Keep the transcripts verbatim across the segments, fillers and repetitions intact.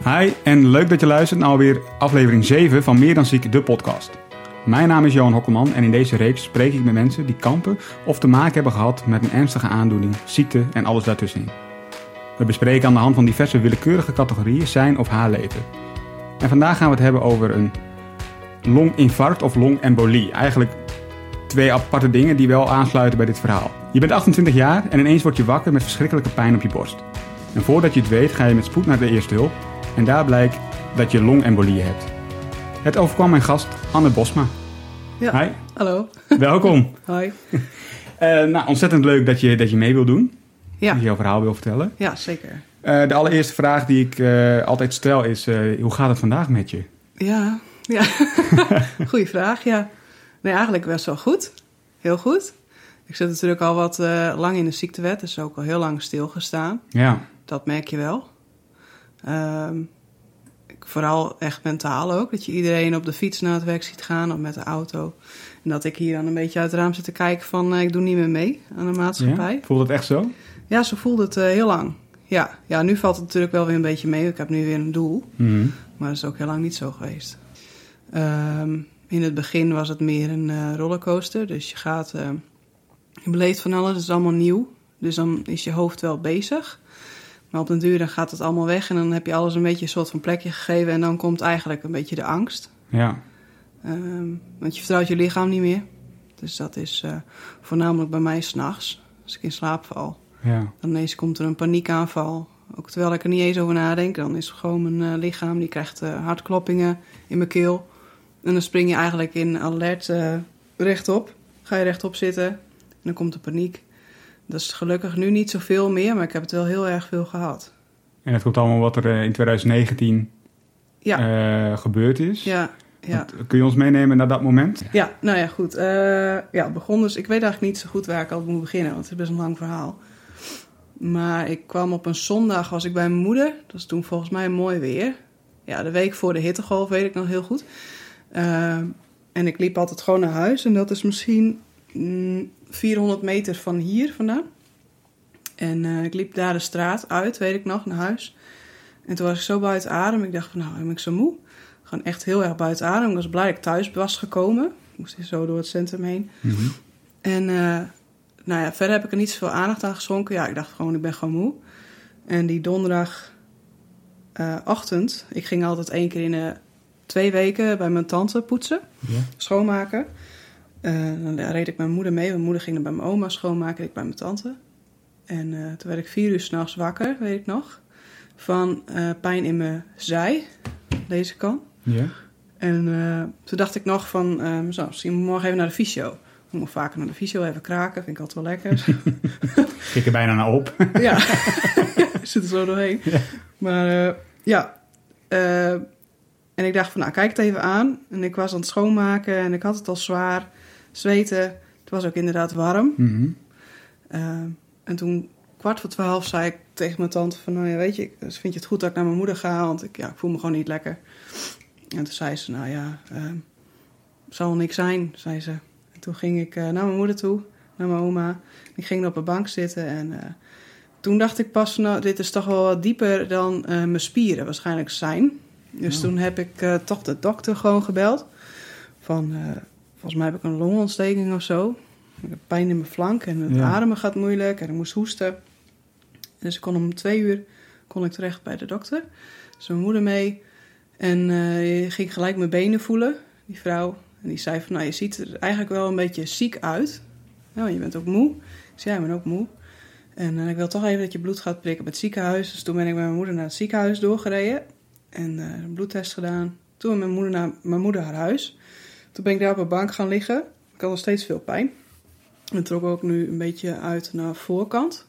Hi en leuk dat je luistert naar alweer aflevering zeven van Meer dan Ziek, de podcast. Mijn naam is Johan Hokkelman en in deze reeks spreek ik met mensen die kampen of te maken hebben gehad met een ernstige aandoening, ziekte en alles daartussenin. We bespreken aan de hand van diverse willekeurige categorieën zijn of haar leven. En vandaag gaan we het hebben over een longinfarct of longembolie. Eigenlijk twee aparte dingen die wel aansluiten bij dit verhaal. Je bent achtentwintig jaar en ineens word je wakker met verschrikkelijke pijn op je borst. En voordat je het weet ga je met spoed naar de eerste hulp en daar blijkt dat je longembolie hebt. Het overkwam mijn gast Anne Bosma. Ja, Hi. Hallo. Welkom. Hoi. Uh, nou, ontzettend leuk dat je, dat je mee wil doen. Ja. Dat je jouw verhaal wil vertellen. Ja, zeker. Uh, de allereerste vraag die ik uh, altijd stel is, uh, hoe gaat het vandaag met je? Ja, ja. Goeie vraag, ja. Nee, eigenlijk best wel goed. Heel goed. Ik zit natuurlijk al wat uh, lang in de ziektewet, dus ook al heel lang stilgestaan. Ja. Dat merk je wel. Um, vooral echt mentaal ook, dat je iedereen op de fiets naar het werk ziet gaan of met de auto. En dat ik hier dan een beetje uit het raam zit te kijken van, uh, ik doe niet meer mee aan de maatschappij. Ja? Voelt het echt zo? Ja, zo voelde het uh, heel lang. Ja. ja, nu valt het natuurlijk wel weer een beetje mee. Ik heb nu weer een doel. Mm-hmm. Maar dat is ook heel lang niet zo geweest. Um, in het begin was het meer een uh, rollercoaster. Dus je gaat... Uh, je beleeft van alles, het is allemaal nieuw. Dus dan is je hoofd wel bezig. Maar op den duur dan gaat het allemaal weg. En dan heb je alles een beetje een soort van plekje gegeven. En dan komt eigenlijk een beetje de angst. Ja. Um, want je vertrouwt je lichaam niet meer. Dus dat is uh, voornamelijk bij mij 's nachts. Als ik in slaap val. Ja. Dan ineens komt er een paniekaanval. Ook terwijl ik er niet eens over nadenk. Dan is gewoon mijn uh, lichaam, die krijgt uh, hartkloppingen in mijn keel. En dan spring je eigenlijk in alert uh, rechtop. Ga je rechtop zitten. En dan komt de paniek. Dat is gelukkig nu niet zoveel meer. Maar ik heb het wel heel erg veel gehad. En dat komt allemaal wat er uh, in twintig negentien ja. uh, gebeurd is. Ja. Ja. Want, kun je ons meenemen naar dat moment? Ja, nou ja, goed. Uh, ja, het begon dus... Ik weet eigenlijk niet zo goed waar ik al moet beginnen. Want het is best een lang verhaal. Maar ik kwam op een zondag, was ik bij mijn moeder. Dat was toen volgens mij mooi weer. Ja, de week voor de hittegolf, weet ik nog heel goed. Uh, en ik liep altijd gewoon naar huis. En dat is misschien mm, vierhonderd meter van hier vandaan. En uh, ik liep daar de straat uit, weet ik nog, naar huis. En toen was ik zo buiten adem. Ik dacht van, nou, ben ik zo moe. Gewoon echt heel erg buiten adem. Ik was blij dat ik thuis was gekomen. Ik moest zo door het centrum heen. Mm-hmm. En... Uh, Nou ja, verder heb ik er niet zoveel aandacht aan geschonken. Ja, ik dacht gewoon, ik ben gewoon moe. En die donderdag uh, ochtend... Ik ging altijd één keer in de twee weken bij mijn tante poetsen. Ja. Schoonmaken. Uh, dan reed ik met mijn moeder mee. Mijn moeder ging er bij mijn oma schoonmaken. Ik bij mijn tante. En uh, toen werd ik vier uur 's nachts wakker, weet ik nog. Van uh, pijn in mijn zij. Deze kant. Ja. En uh, toen dacht ik nog van... Uh, zo, misschien morgen even naar de fysio. Ik moet vaker naar de fysio, even kraken. Vind ik altijd wel lekker. Kijk er bijna naar op. Ja, ik zit er zo doorheen. Ja. Maar uh, ja. Uh, en ik dacht van, nou, kijk het even aan. En ik was aan het schoonmaken en ik had het al zwaar. Zweten. Het was ook inderdaad warm. Mm-hmm. Uh, en toen, kwart voor twaalf, zei ik tegen mijn tante van... Nou ja, weet je, vind je het goed dat ik naar mijn moeder ga? Want ik, ja, ik voel me gewoon niet lekker. En toen zei ze, nou ja, uh, zal wel niks zijn, zei ze. Toen ging ik uh, naar mijn moeder toe, naar mijn oma. Ik ging op een bank zitten en uh, toen dacht ik pas... nou, dit is toch wel wat dieper dan uh, mijn spieren waarschijnlijk zijn. Dus oh. Toen heb ik uh, toch de dokter gewoon gebeld. Van, uh, volgens mij heb ik een longontsteking of zo. Ik heb pijn in mijn flank en het ja. ademen gaat moeilijk en ik moest hoesten. Dus ik kon om twee uur kon ik terecht bij de dokter. Dus mijn moeder mee en uh, ging gelijk mijn benen voelen, die vrouw... En die zei van, nou, je ziet er eigenlijk wel een beetje ziek uit. Ja, want je bent ook moe. Ik zei, ja, ik ben ook moe. En uh, ik wil toch even dat je bloed gaat prikken bij het ziekenhuis. Dus toen ben ik met mijn moeder naar het ziekenhuis doorgereden. En uh, een bloedtest gedaan. Toen met mijn moeder naar mijn moeder haar huis. Toen ben ik daar op een bank gaan liggen. Ik had nog steeds veel pijn. En trok ook nu een beetje uit naar de voorkant.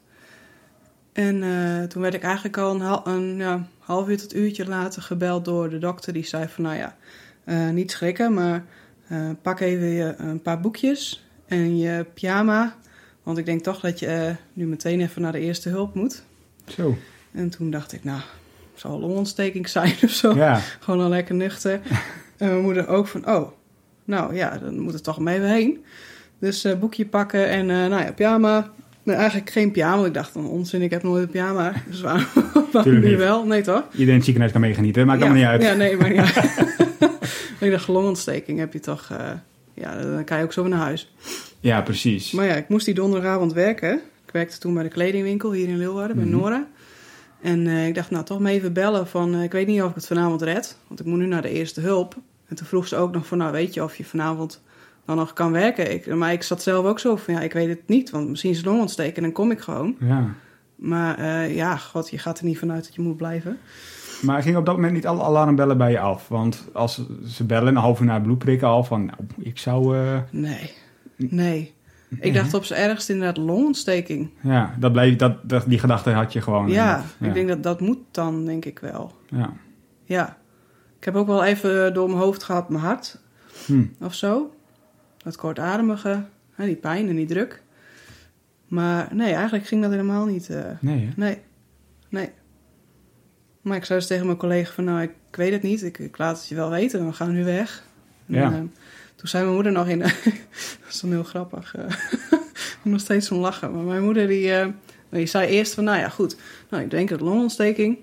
En uh, toen werd ik eigenlijk al een, hal- een ja, half uur tot uurtje later gebeld door de dokter. Die zei van, nou ja, uh, niet schrikken, maar... Uh, pak even je, een paar boekjes en je pyjama. Want ik denk toch dat je uh, nu meteen even naar de eerste hulp moet. Zo. En toen dacht ik, nou, het zal een longontsteking zijn of zo. Ja. Gewoon al lekker nuchter. En mijn moeder ook van, oh, nou ja, dan moet het toch maar even heen. Dus uh, boekje pakken en uh, nou ja, pyjama. Nee, eigenlijk geen pyjama. Want ik dacht dan onzin, ik heb nooit een pyjama. Dus waarom nu wel? Nee, toch? Iedereen in het ziekenhuis kan meegenieten, maakt ja, allemaal niet uit. Ja, nee, maar ja. Ik dacht, longontsteking heb je toch... Uh, ja, dan kan je ook zo weer naar huis. Ja, precies. Maar ja, ik moest die donderdagavond werken. Ik werkte toen bij de kledingwinkel hier in Leeuwarden, bij mm-hmm. Nora. En uh, ik dacht, nou, toch maar even bellen van... Uh, ik weet niet of ik het vanavond red, want ik moet nu naar de eerste hulp. En toen vroeg ze ook nog van, nou, weet je of je vanavond dan nog kan werken? Ik, maar ik zat zelf ook zo van, ja, ik weet het niet, want misschien is het longontsteking en dan kom ik gewoon. Ja. Maar uh, ja, god, je gaat er niet vanuit dat je moet blijven. Maar ging op dat moment niet alle alarmbellen bij je af? Want als ze bellen een half uur na bloed prikken al van, nou, ik zou... Uh... Nee, nee. Ik dacht op z'n ergst inderdaad longontsteking. Ja, dat bleef, dat, dat, die gedachte had je gewoon. Ja, ja, ik denk dat dat moet dan, denk ik wel. Ja. Ja. Ik heb ook wel even door mijn hoofd gehad, mijn hart hm. of zo. Dat kortademige, hè, die pijn en die druk. Maar nee, eigenlijk ging dat helemaal niet. Uh, nee, hè? Nee, nee. Maar ik zei dus tegen mijn collega van, nou, ik, ik weet het niet. Ik, ik laat het je wel weten, we gaan nu weg. Ja. En, uh, toen zei mijn moeder nog in... dat is dan heel grappig. Uh, nog steeds van lachen. Maar mijn moeder die, uh, die zei eerst van... Nou ja, goed. Nou, ik denk dat longontsteking.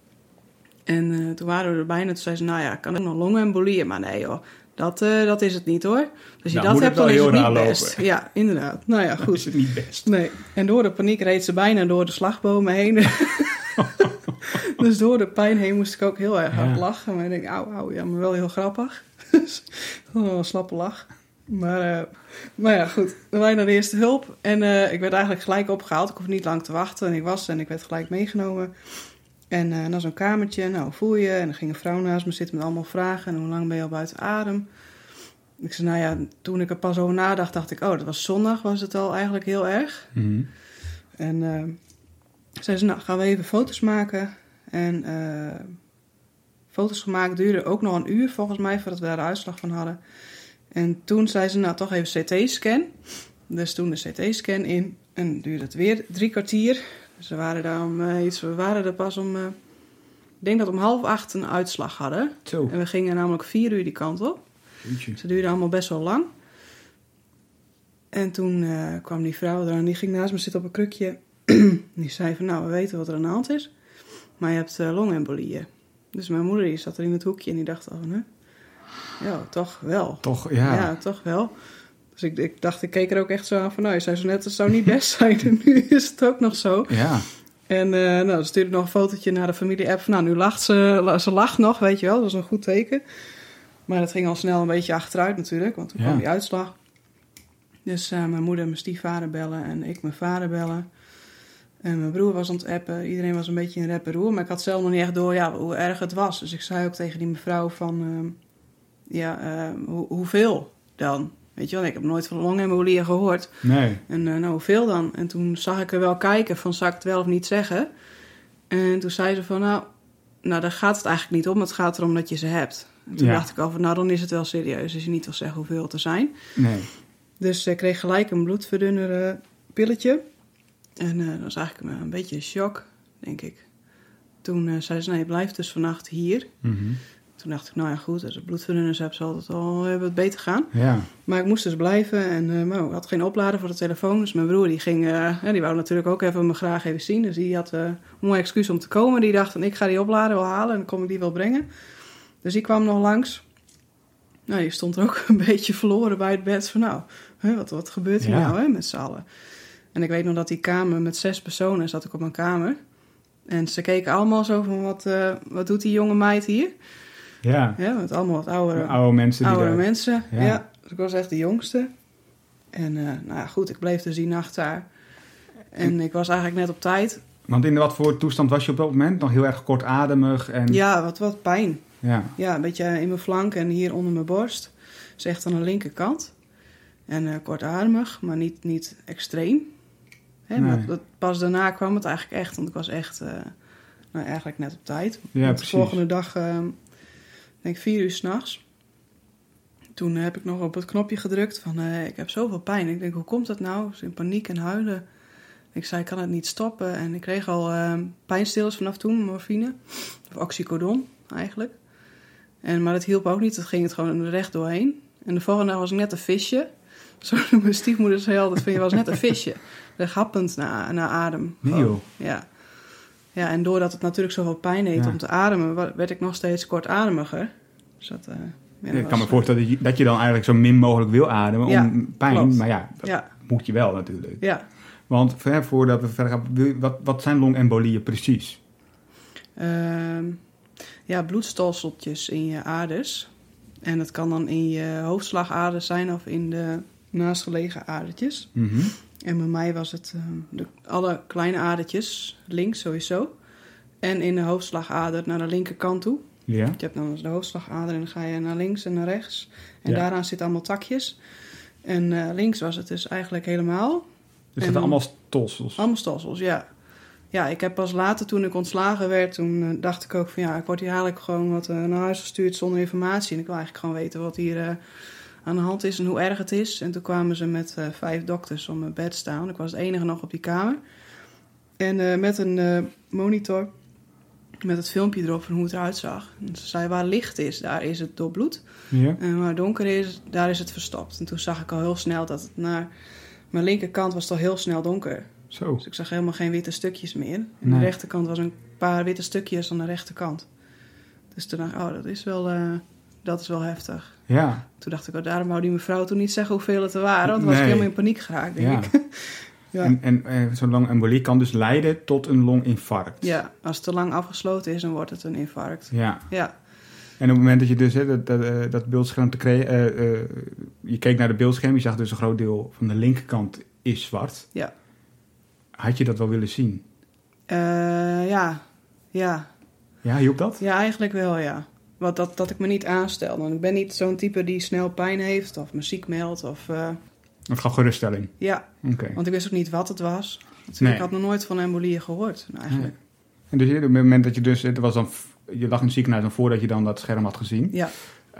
En uh, toen waren we er bijna. Toen zei ze... Nou ja, kan ook nog longembolieën. Maar nee joh. Dat, uh, dat is het niet hoor. Als je nou, dat hebt, dan is het niet best. Lopen. Ja, inderdaad. Nou ja, goed. Dan is het niet best. Nee. En door de paniek reed ze bijna door de slagbomen heen. Dus door de pijn heen moest ik ook heel erg hard ja. lachen. Maar ik denk, auw, auw. Ja, maar wel heel grappig. Dus dat was wel een slappe lach. Maar, uh, maar ja, goed. We waren naar de eerste hulp. En uh, ik werd eigenlijk gelijk opgehaald. Ik hoefde niet lang te wachten. En ik was en ik werd gelijk meegenomen. En uh, naar zo'n kamertje. Nou, hoe voel je? En er ging een vrouw naast me zitten met allemaal vragen. En hoe lang ben je al buiten adem? Ik zei, nou ja, toen ik er pas over nadacht, dacht ik... Oh, dat was zondag, was het al eigenlijk heel erg. Mm-hmm. En uh, zei ze, nou, gaan we even foto's maken. En... Uh, foto's gemaakt, duurde ook nog een uur volgens mij voordat we daar de uitslag van hadden. En toen zei ze, nou toch even C T-scan. Dus toen de C T-scan in en duurde het weer drie kwartier. Dus we waren daar om uh, iets, we waren er pas om, uh, ik denk dat we om half acht een uitslag hadden. Zo. En we gingen namelijk vier uur die kant op. Jeetje. Ze duurde allemaal best wel lang. En toen uh, kwam die vrouw eraan, die ging naast me zitten op een krukje. Die zei van, nou we weten wat er aan de hand is. Maar je hebt uh, longembolieën. Dus mijn moeder die zat er in het hoekje en die dacht, oh nee, ja, toch wel. Toch, ja. Ja, toch wel. Dus ik, ik dacht, ik keek er ook echt zo aan van, nou, je zei zo net, het zou niet best zijn. En nu is het ook nog zo. Ja. En uh, nou, ze stuurde nog een fotootje naar de familie-app. Nou, nu lacht ze, ze lacht nog, weet je wel, dat is een goed teken. Maar dat ging al snel een beetje achteruit natuurlijk, want toen ja. kwam die uitslag. Dus uh, mijn moeder en mijn stiefvader bellen en ik mijn vader bellen. En mijn broer was aan het appen. Iedereen was een beetje in rep en roer. Maar ik had zelf nog niet echt door ja, hoe erg het was. Dus ik zei ook tegen die mevrouw van... Uh, ja, uh, hoe, hoeveel dan? Weet je wel, ik heb nooit van longembolieën gehoord. Nee. En uh, nou, hoeveel dan? En toen zag ik er wel kijken van, zou ik het wel of niet zeggen? En toen zei ze van, nou... Nou, daar gaat het eigenlijk niet om. Het gaat erom dat je ze hebt. En toen ja. dacht ik al van, nou, dan is het wel serieus. Als je niet wil zeggen hoeveel het er zijn. Nee. Dus ik kreeg gelijk een bloedverdunner uh, pilletje... En uh, dat was eigenlijk een, een beetje een shock, denk ik. Toen uh, zei ze, nee, je blijft dus vannacht hier. Mm-hmm. Toen dacht ik, nou ja, goed, als ik bloedverdunners heb, zal het al hebben het beter gaan. Ja. Maar ik moest dus blijven en uh, maar ik had geen oplader voor de telefoon. Dus mijn broer, die ging, uh, ja, die wou natuurlijk ook even me graag even zien. Dus die had uh, een mooi excuus om te komen. Die dacht, ik ga die oplader wel halen en dan kom ik die wel brengen. Dus die kwam nog langs. Nou, die stond er ook een beetje verloren bij het bed. Van nou, hè, wat, wat gebeurt hier ja. nou hè, met z'n allen? En ik weet nog dat die kamer met zes personen zat ik op mijn kamer. En ze keken allemaal zo van, wat, uh, wat doet die jonge meid hier? Ja. Ja, met allemaal wat oudere, oude mensen. Die oudere daar... mensen, ja. ja. Dus ik was echt de jongste. En uh, nou ja, goed, ik bleef dus die nacht daar. En, en ik was eigenlijk net op tijd. Want in wat voor toestand was je op dat moment? Nog heel erg kortademig? En... Ja, wat, wat pijn. Ja. Ja, een beetje in mijn flank en hier onder mijn borst. Dus echt aan de linkerkant. En uh, kortademig, maar niet, niet extreem. Hè, nee. Maar dat, pas daarna kwam het eigenlijk echt, want ik was echt uh, nou, eigenlijk net op tijd. Ja, de volgende dag, uh, denk ik vier uur 's nachts. Toen heb ik nog op het knopje gedrukt van, uh, ik heb zoveel pijn. Ik denk, hoe komt dat nou? Dus in paniek en huilen. Ik zei, ik kan het niet stoppen. En ik kreeg al uh, pijnstillers vanaf toen, morfine. Of oxycodon, eigenlijk. En, maar dat hielp ook niet, dat ging het gewoon recht doorheen. En de volgende dag was ik net een visje. Zo noemen mijn stiefmoeders heel, dat vind je was net een visje. Happend naar, naar adem. Nee, joh. Ja. Ja, en doordat het natuurlijk zoveel pijn deed Ja. om te ademen, werd ik nog steeds kortademiger. Dus dat, uh, ja, ik was, kan me voorstellen dat je, dat je dan eigenlijk zo min mogelijk wil ademen Ja, om pijn. klopt. Maar ja, dat Ja. moet je wel natuurlijk. Ja. Want hè, voordat we verder gaan, wil- wat, wat zijn longembolieën precies? Ehm, ja, bloedstolseltjes in je aders. En dat kan dan in je hoofdslagaders zijn of in de naastgelegen adertjes. Mhm. En bij mij was het uh, de, alle kleine adertjes, links sowieso. En in de hoofdslagader naar de linkerkant toe. Ja. Je hebt dan dus de hoofdslagader en dan ga je naar links en naar rechts. En Ja. daaraan zitten allemaal takjes. En uh, links was het dus eigenlijk helemaal. Dus En- dat allemaal stolsels. Allemaal stolsels, ja. Ja, ik heb pas later, toen ik ontslagen werd, toen uh, dacht ik ook van ja, ik word hier eigenlijk gewoon wat uh, naar huis gestuurd zonder informatie. En ik wil eigenlijk gewoon weten wat hier uh, aan de hand is en hoe erg het is. En toen kwamen ze met uh, vijf dokters om mijn bed staan. Ik was het enige nog op die kamer. En uh, met een uh, monitor, met het filmpje erop van hoe het eruit zag. En ze zei, waar licht is, daar is het doorbloed. Ja. En waar donker is, daar is het verstopt. En toen zag ik al heel snel dat het naar mijn linkerkant was, toch heel snel donker. Zo. Dus ik zag helemaal geen witte stukjes meer. En Nee. de rechterkant was een paar witte stukjes aan de rechterkant. Dus toen dacht ik, oh, dat is wel, uh, dat is wel heftig. Ja. Toen dacht ik, oh, daarom wou die mevrouw toen niet zeggen hoeveel het er waren. Want dan was Nee. ik helemaal in paniek geraakt, denk Ja. ik. Ja. En, en eh, zo'n longembolie kan dus leiden tot een longinfarct. Ja, als het te lang afgesloten is, dan wordt het een infarct. Ja. Ja, En op het moment dat je dus hè, dat, dat, eh, dat beeldscherm te kreeg, eh, eh, je keek naar de beeldscherm, je zag dus een groot deel van de linkerkant is zwart. ja. Had je dat wel willen zien? Uh, ja, ja. Ja, hielp dat? Ja, eigenlijk wel, ja. Want dat, dat ik me niet aanstel. Want ik ben niet zo'n type die snel pijn heeft of me ziek meldt. Of, uh, Het gaf geruststelling. ja, Oké. want ik wist ook niet wat het was. Want Nee. Ik had nog nooit van embolieën gehoord, eigenlijk. En dus op het moment dat je dus, het was dan, je lag in het ziekenhuis dan voordat je dan dat scherm had gezien. Ja.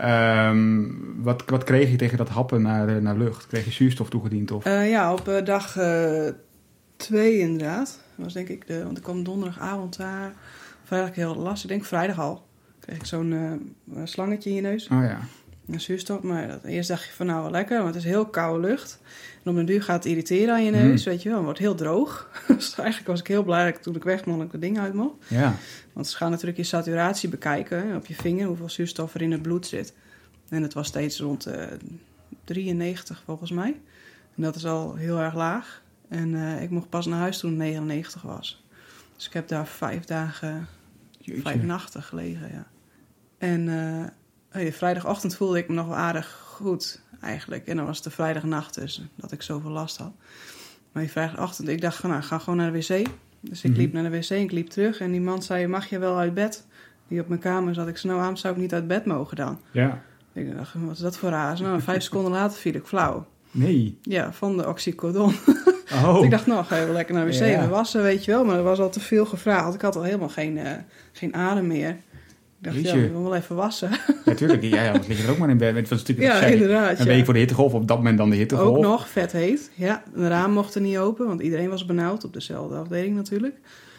Ehm, wat, wat kreeg je tegen dat happen naar, naar lucht? Kreeg je zuurstof toegediend? Of? Uh, ja, op uh, dag uh, twee inderdaad. Dat was denk ik de, want ik kwam donderdagavond daar. Vrijdag heel last. Ik denk vrijdag al. Kreeg ik zo'n uh, slangetje in je neus. Oh ja. Een zuurstof. Maar dat, eerst dacht je van nou wel lekker, want het is heel koude lucht. En op een duur gaat het irriteren aan je neus, mm. weet je wel. Het wordt heel droog. Dus eigenlijk was ik heel blij dat ik toen ik weg mocht, ik dat ding uit mocht. Ja. Want ze gaan natuurlijk je saturatie bekijken, hè, op je vinger, hoeveel zuurstof er in het bloed zit. En het was steeds rond uh, drieënnegentig volgens mij. En dat is al heel erg laag. En uh, ik mocht pas naar huis toen het negenennegentig was. Dus ik heb daar vijf dagen, Jeetje. vijf nachten gelegen, ja. En uh, hey, vrijdagochtend voelde ik me nog wel aardig goed, eigenlijk. En dan was het de vrijdagnacht dus, dat ik zoveel last had. Maar die vrijdagochtend, ik dacht, nou, ga gewoon naar de wc. Dus ik Mm-hmm. liep naar de wc en ik liep terug. En die man zei, mag je wel uit bed? Die op mijn kamer zat. Ik zei, nou, waarom zou ik niet uit bed mogen dan? Ja. Ik dacht, wat is dat voor raar? Nou, vijf seconden later viel ik flauw. Nee. Ja, van de oxycodon. Oh. Ik dacht, nou, ga even lekker naar de wc Ja. en wassen, weet je wel. Maar er was al te veel gevraagd. Ik had al helemaal geen, uh, geen adem meer. Ik dacht, Jeetje. ja, ik wil wel even wassen. Natuurlijk, ja, ja, want lig je er ook maar in bed. Het was natuurlijk Ja, wat ik zei. inderdaad. Een ja. week voor de hittegolf, op dat moment dan de hittegolf. Ook nog, vet heet. Ja, de raam mocht er niet open, want iedereen was benauwd. Op dezelfde afdeling natuurlijk.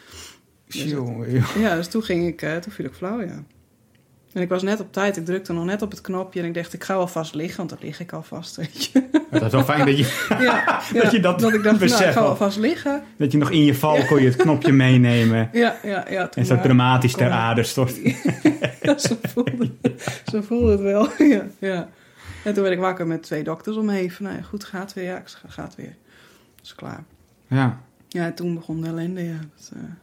Jongen, joh. Ja, dus toen ging ik, uh, toen viel ik flauw, ja. En ik was net op tijd, ik drukte nog net op het knopje en ik dacht, ik ga wel vast liggen, want dan lig ik al vast, weet je. Het was wel fijn dat je Ja, ja, dat, je dat, dat ik dacht, beseft nou, ik ga wel had. vast liggen. Dat je nog in je val kon je het knopje meenemen. Ja, ja, ja. En zo dramatisch ter aarde stort. Ja, zo voelde, zo voelde het wel, ja, ja. En toen werd ik wakker met twee dokters om me heen. Van, nou ja, goed, gaat weer. Ja, ik zei, gaat weer. Dat is klaar. Ja. Ja, en toen begon de ellende, ja. Dat, uh,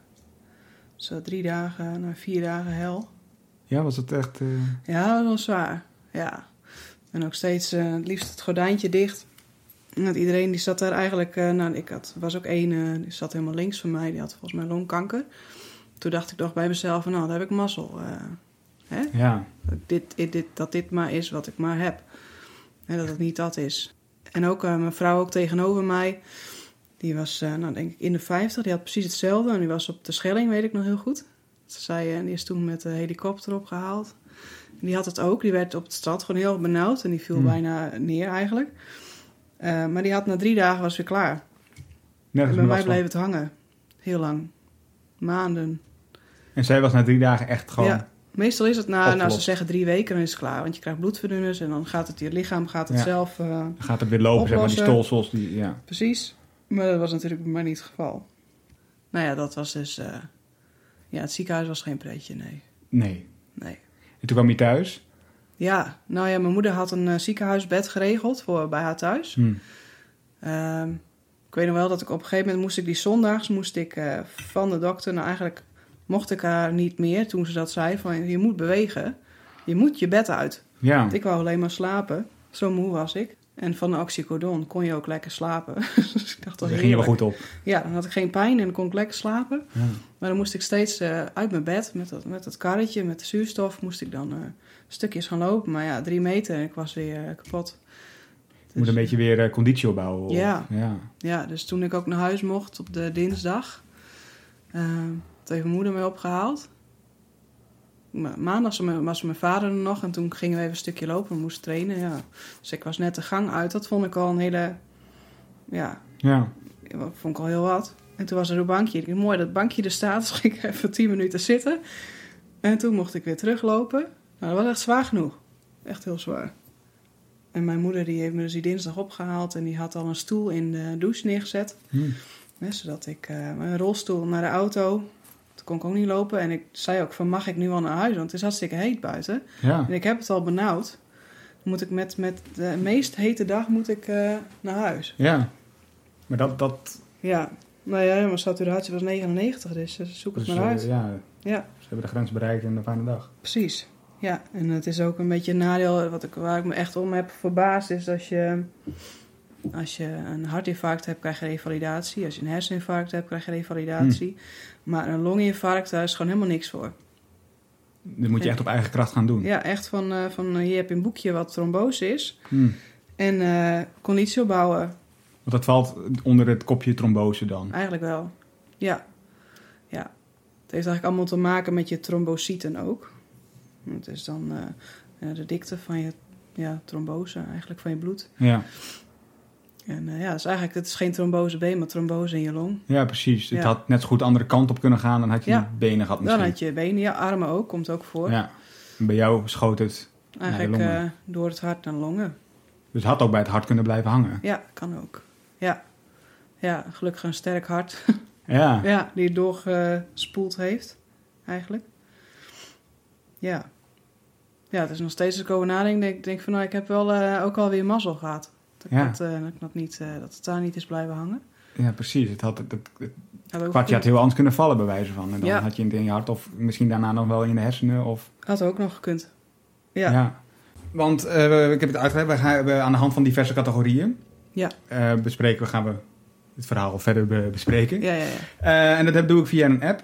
zo drie dagen, na vier dagen hel. Ja, was het echt... Uh... Ja, dat was wel zwaar. Ja. En ook steeds uh, het liefst het gordijntje dicht. En dat iedereen die zat daar eigenlijk... Uh, nou, ik had, was ook één, uh, die zat helemaal links van mij. Die had volgens mij longkanker. Toen dacht ik toch bij mezelf, van, nou, dan heb ik mazzel. Uh, hè? Ja. Dat dit, dit, dat dit maar is wat ik maar heb. En dat het niet dat is. En ook uh, mijn vrouw ook tegenover mij... Die was, uh, nou denk ik, in de vijftig. Die had precies hetzelfde. En die was op de Schelling, weet ik nog heel goed. Ze zei, en die is toen met de helikopter opgehaald. En die had het ook. Die werd op het strand gewoon heel benauwd. En die viel hmm. bijna neer eigenlijk. Uh, maar die had na drie dagen was weer klaar. Ja, en bij mij bleef het hangen. Heel lang. Maanden. En zij was na drie dagen echt gewoon ja. Meestal is het na, Opgelost. nou, ze zeggen drie weken, dan is het klaar. Want je krijgt bloedverdunners en dan gaat het je lichaam gaat het Ja. zelf uh, Dan gaat het weer lopen, zeg maar, die oplossen. stolsels. Die, ja. Precies. Maar dat was natuurlijk bij mij niet het geval. Nou ja, dat was dus... Uh, ja, het ziekenhuis was geen pretje, nee. Nee. Nee. En toen kwam je thuis? Ja, nou ja, mijn moeder had een uh, ziekenhuisbed geregeld voor, bij haar thuis. Hm. Uh, ik weet nog wel dat ik op een gegeven moment moest ik die zondags moest ik uh, van de dokter... Nou, eigenlijk mocht ik haar niet meer toen ze dat zei van je moet bewegen. Je moet je bed uit. Ja. Ik wou alleen maar slapen. Zo moe was ik. En van de oxycodon kon je ook lekker slapen. Dus ik dacht, dat Daar ging je wel goed op. Ja, dan had ik geen pijn en dan kon ik lekker slapen. Ja. Maar dan moest ik steeds uh, uit mijn bed met dat, met dat karretje, met de zuurstof, moest ik dan uh, stukjes gaan lopen. Maar ja, drie meter en ik was weer uh, kapot. Je moet een beetje weer uh, conditie opbouwen. Of, Ja. ja. Ja, dus toen ik ook naar huis mocht op de dinsdag, uh, toen heeft mijn moeder mij opgehaald. Ma- Maandag was mijn vader er nog en toen gingen we even een stukje lopen. We moesten trainen, ja. Dus ik was net de gang uit. Dat vond ik al een hele... Ja, Ja. dat vond ik al heel wat. En toen was er een bankje. Ik dacht, mooi dat het bankje er staat. Dus ging ik even tien minuten zitten. En toen mocht ik weer teruglopen. Nou, dat was echt zwaar genoeg. Echt heel zwaar. En mijn moeder die heeft me dus die dinsdag opgehaald. En die had al een stoel in de douche neergezet. Hm. Ja, zodat ik uh, mijn rolstoel naar de auto... Toen kon ik ook niet lopen. En ik zei ook van, mag ik nu al naar huis? Want het is hartstikke heet buiten. Ja. En ik heb het al benauwd. Dan moet ik met, met de meest hete dag moet ik uh, naar huis. Ja. Maar dat... dat Ja. Nou ja, mijn saturatie was negenennegentig. Dus zoek het dus, maar uit. uh, ja, Ja, ze hebben de grens bereikt in een fijne dag. precies. Ja, en het is ook een beetje een nadeel. Wat ik, waar ik me echt om heb verbaasd is als je... Als je een hartinfarct hebt, krijg je revalidatie. Als je een herseninfarct hebt, krijg je revalidatie. Hm. Maar een longinfarct, daar is gewoon helemaal niks voor. Dat moet je echt op eigen kracht gaan doen. Ja, echt van, uh, van hier heb je een boekje wat trombose is. Hm. En uh, conditie opbouwen. Want dat valt onder het kopje trombose dan? Eigenlijk wel. Ja. Ja. Het heeft eigenlijk allemaal te maken met je trombocyten ook. Het is dan uh, ja, de dikte van je ja, trombose, eigenlijk van je bloed. Ja. En uh, ja, dus eigenlijk, het is geen trombose been, maar trombose in je long. Ja, precies. Ja. Het had net zo goed de andere kant op kunnen gaan. Dan had je Ja. benen gehad misschien. Dan had je benen, ja, armen ook, komt ook voor. Ja. En bij jou schoot het Eigenlijk naar de longen. uh, door het hart naar de longen. Dus het had ook bij het hart kunnen blijven hangen. Ja, kan ook. Ja. Ja, gelukkig een sterk hart. Ja. Ja, die het doorgespoeld heeft, eigenlijk. Ja. Ja, het is nog steeds als ik over nadenk, denk ik denk van, nou, ik heb wel uh, ook alweer mazzel gehad. Dat, Ja. dat, uh, dat, ik dat, niet, uh, dat het daar niet is blijven hangen. Ja, precies. Het had het, het, het Had ook, kwartje had heel anders kunnen vallen bij wijze van. En dan Ja. had je het in je hart of misschien daarna nog wel in de hersenen. Of... had ook nog gekund. Ja. Ja. Want uh, we- ik heb het uitgelegd, we gaan we aan de hand van diverse categorieën Ja. uh, bespreken. We gaan we het verhaal verder be- bespreken. Ja, ja, ja. Uh, en dat heb- doe ik via een app.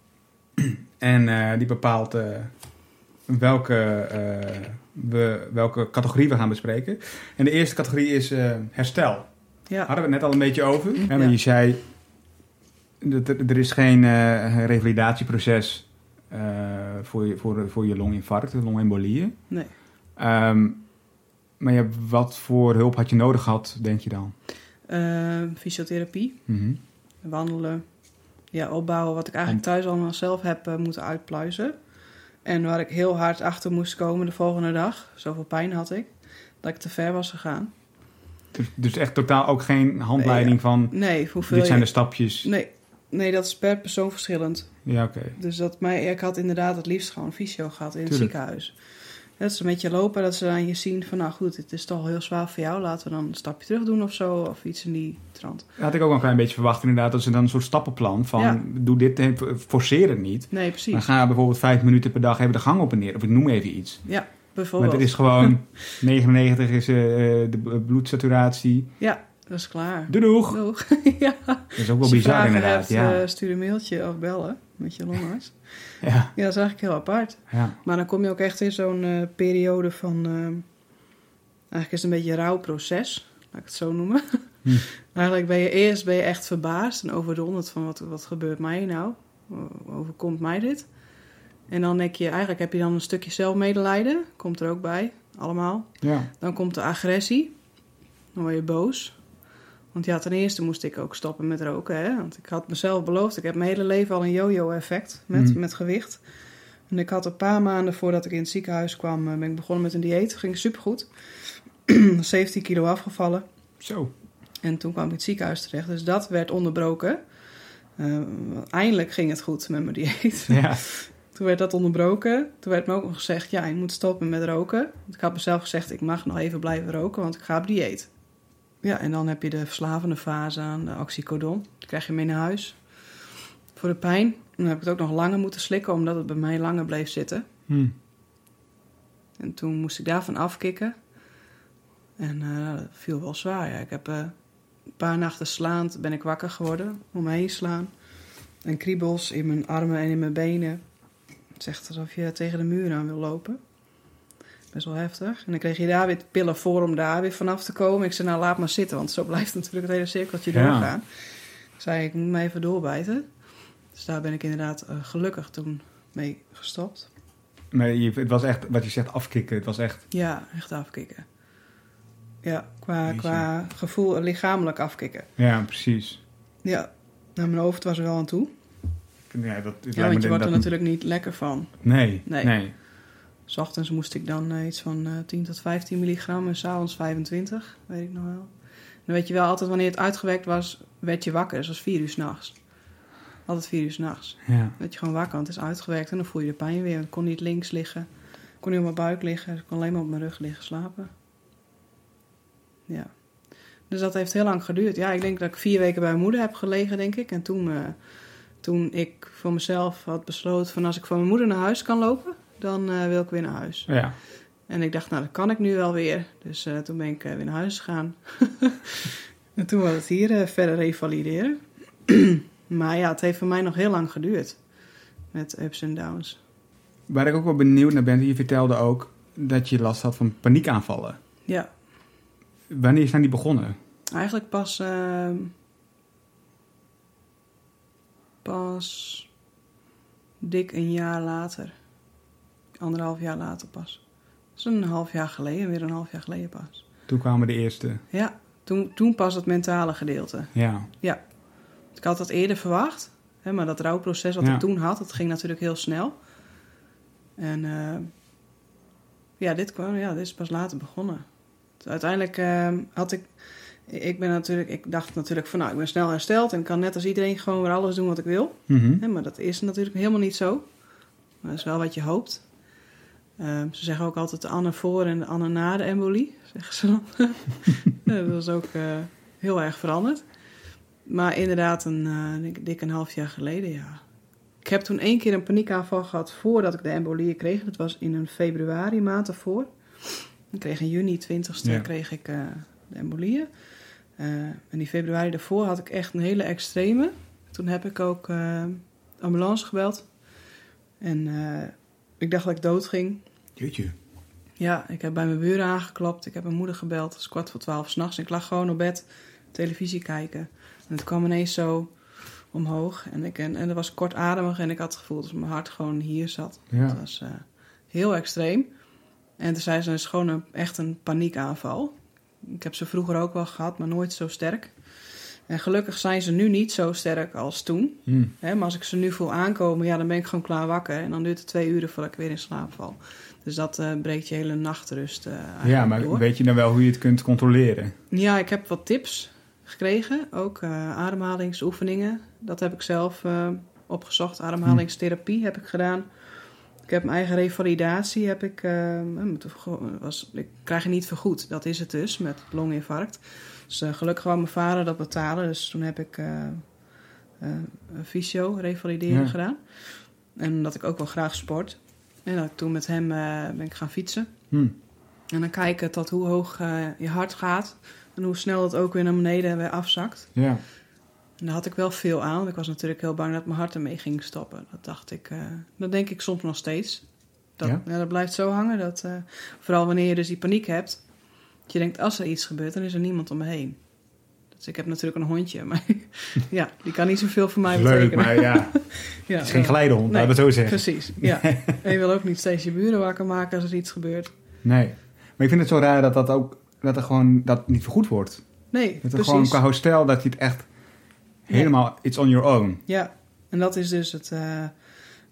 En uh, die bepaalt uh, welke, uh, we, welke categorie we gaan bespreken. En de eerste categorie is uh, herstel. Ja. Hadden we het net al een beetje over. En Ja. je zei, dat er er is geen uh, revalidatieproces uh, voor, je, voor, voor je longinfarct, longembolieën. Nee. Um, maar ja, wat voor hulp had je nodig gehad, denk je dan? Uh, fysiotherapie. Mm-hmm. Wandelen. Ja, opbouwen. Wat ik eigenlijk thuis allemaal zelf heb uh, moeten uitpluizen. En waar ik heel hard achter moest komen de volgende dag. Zoveel pijn had ik. Dat ik te ver was gegaan. Dus, dus echt totaal ook geen handleiding Nee, van, Nee, hoeveel dit zijn je... de stapjes. Nee, nee, dat is per persoon verschillend. Ja, oké. Okay. Dus dat mij, ik had inderdaad het liefst gewoon fysio gehad in het Tuurlijk. ziekenhuis. Dat is een beetje lopen, dat ze aan je zien van, nou goed, het is toch heel zwaar voor jou. Laten we dan een stapje terug doen of zo, of iets in die trant. Dat had ik ook wel een klein beetje verwacht inderdaad, dat ze dan een soort stappenplan van, Ja. doe dit, forceer het niet. Nee, precies. Maar ga bijvoorbeeld vijf minuten per dag even de gang op en neer, of ik noem even iets. Ja, bijvoorbeeld. Maar het is gewoon, negenennegentig is uh, de bloedsaturatie. Ja, dat is klaar. Doei doeg! Doeg. Ja. Dat is ook wel Als je bizar vragen inderdaad. hebt, Ja. uh, stuur een mailtje of bellen met je longarts. Ja. Ja, dat is eigenlijk heel apart. Ja. Maar dan kom je ook echt in zo'n uh, periode van... Uh, eigenlijk is het een beetje een rouwproces, laat ik het zo noemen. Hm. Eigenlijk ben je eerst ben je echt verbaasd en overdonderd van wat, wat gebeurt mij nou? Overkomt mij dit? En dan denk je, eigenlijk heb je dan een stukje zelfmedelijden. Komt er ook bij, allemaal. Ja. Dan komt de agressie. Dan word je boos. Want ja, ten eerste moest ik ook stoppen met roken. Hè? Want ik had mezelf beloofd, ik heb mijn hele leven al een yo-yo effect met, Mm. met gewicht. En ik had een paar maanden voordat ik in het ziekenhuis kwam, ben ik begonnen met een dieet. Ging supergoed. zeventien kilo afgevallen. Zo. En toen kwam ik in het ziekenhuis terecht. Dus dat werd onderbroken. Uh, eindelijk ging het goed met mijn dieet. Ja. Toen werd dat onderbroken. Toen werd me ook nog gezegd, ja, je moet stoppen met roken. Want ik had mezelf gezegd, ik mag nog even blijven roken, want ik ga op dieet. Ja, en dan heb je de verslavende fase aan de oxycodon. Dan krijg je mee naar huis. Voor de pijn. En dan heb ik het ook nog langer moeten slikken, omdat het bij mij langer bleef zitten. Hmm. En toen moest ik daarvan afkicken. En uh, dat viel wel zwaar. Ja. Ik heb uh, een paar nachten slaand ben ik wakker geworden. Om me heen slaan. En kriebels in mijn armen en in mijn benen. Het is echt alsof je tegen de muur aan wil lopen. Best wel heftig. En dan kreeg je daar weer pillen voor om daar weer vanaf te komen. Ik zei, nou laat maar zitten, want zo blijft natuurlijk het hele cirkeltje ja. doorgaan. Ik zei, ik moet me even doorbijten. Dus daar ben ik inderdaad uh, gelukkig toen mee gestopt. Maar je, het was echt, wat je zegt, afkicken. Het was echt... Ja, echt afkicken. Ja, qua, qua gevoel, lichamelijk afkicken. Ja, precies. Ja, nou, mijn hoofd was er wel aan toe. Ja, dat, het ja want je wordt er dat... natuurlijk niet lekker van. Nee, nee. nee. 'S Ochtends moest ik dan uh, iets van uh, tien tot vijftien milligram en 's avonds vijfentwintig, weet ik nog wel. Dan weet je wel altijd, wanneer het uitgewerkt was, werd je wakker. Dus dat was vier uur 's nachts. Altijd vier uur 's nachts. Ja. Werd je gewoon wakker, want het is uitgewerkt en dan voel je de pijn weer. Ik kon niet links liggen, ik kon niet op mijn buik liggen, dus ik kon alleen maar op mijn rug liggen slapen. Ja. Dus dat heeft heel lang geduurd. Ja, ik denk dat ik vier weken bij mijn moeder heb gelegen, denk ik. En toen, uh, toen ik voor mezelf had besloten van als ik van mijn moeder naar huis kan lopen, dan uh, wil ik weer naar huis. Ja. En ik dacht, nou, dat kan ik nu wel weer. Dus uh, toen ben ik uh, weer naar huis gegaan. En toen was het hier uh, verder revalideren. Maar ja, het heeft voor mij nog heel lang geduurd. Met ups en downs. Waar ik ook wel benieuwd naar ben, je vertelde ook dat je last had van paniekaanvallen. Ja. Wanneer zijn die begonnen? Eigenlijk pas... Uh, pas... dik een jaar later. Anderhalf jaar later pas. Dat is een half jaar geleden, weer een half jaar geleden pas. Toen kwamen de eerste. Ja, toen, toen pas het mentale gedeelte. Ja. Ja. Ik had dat eerder verwacht. Hè, maar dat rouwproces wat ja. ik toen had, dat ging natuurlijk heel snel. En uh, ja, dit kwam, ja, dit is pas later begonnen. Dus uiteindelijk uh, had ik... Ik ben natuurlijk... Ik dacht natuurlijk van, nou, ik ben snel hersteld en kan net als iedereen gewoon weer alles doen wat ik wil. Mm-hmm. Hè, maar dat is natuurlijk helemaal niet zo. Maar dat is wel wat je hoopt. Uh, ze zeggen ook altijd de Anne voor en de Anne na de embolie, zeggen ze dan. Dat is ook uh, heel erg veranderd. Maar inderdaad, een uh, dik een half jaar geleden, ja. Ik heb toen één keer een paniekaanval gehad voordat ik de embolieën kreeg. Dat was in een februari maand ervoor. Ik kreeg in juni twintigste ja. kreeg ik uh, de embolieën. Uh, en die februari daarvoor had ik echt een hele extreme. Toen heb ik ook uh, ambulance gebeld. En uh, ik dacht dat ik dood ging. Jeetje. Ja, ik heb bij mijn buren aangeklopt. Ik heb mijn moeder gebeld. Het was kwart voor twaalf 's nachts. Ik lag gewoon op bed, televisie kijken. En het kwam ineens zo omhoog. En, ik, en, en dat was kortademig. En ik had het gevoel dat mijn hart gewoon hier zat. Ja. Het was uh, heel extreem. En toen zei ze, het is gewoon een, echt een paniekaanval. Ik heb ze vroeger ook wel gehad, maar nooit zo sterk. En gelukkig zijn ze nu niet zo sterk als toen. Hmm. Hè, maar als ik ze nu voel aankomen, ja, dan ben ik gewoon klaar wakker. En dan duurt het twee uren voordat ik weer in slaap val. Dus dat uh, breekt je hele nachtrust uh, Ja, maar door. Weet je dan wel hoe je het kunt controleren? Ja, ik heb wat tips gekregen. Ook uh, ademhalingsoefeningen. Dat heb ik zelf uh, opgezocht. Ademhalingstherapie heb ik gedaan. Ik heb mijn eigen revalidatie. Heb ik, uh, was, ik krijg je niet vergoed. Dat is het dus, met longinfarct. Dus uh, gelukkig wou mijn vader dat betalen. Dus toen heb ik uh, uh, fysio, revalideren ja. gedaan. En dat ik ook wel graag sport. En dat ik toen met hem uh, ben ik gaan fietsen. Hmm. En dan kijken tot hoe hoog uh, je hart gaat. En hoe snel dat ook weer naar beneden weer afzakt. Ja. En daar had ik wel veel aan. Want ik was natuurlijk heel bang dat mijn hart ermee ging stoppen. Dat dacht ik, uh, dat denk ik soms nog steeds. Dat, ja? Ja, dat blijft zo hangen. Dat, uh, vooral wanneer je dus die paniek hebt. Dat je denkt, als er iets gebeurt, dan is er niemand om me heen. Dus ik heb natuurlijk een hondje. Maar ja, die kan niet zoveel voor mij Leuk, betekenen. maar ja. ja het is geen geleidehond, nee, laten we het zo zeggen. Precies, ja. En je wil ook niet steeds je buren wakker maken als er iets gebeurt. Nee. Maar ik vind het zo raar dat dat ook dat er gewoon dat niet vergoed wordt. Nee, dat er precies. gewoon qua hostel dat je het echt helemaal, it's on your own. Ja, en dat is dus het, uh,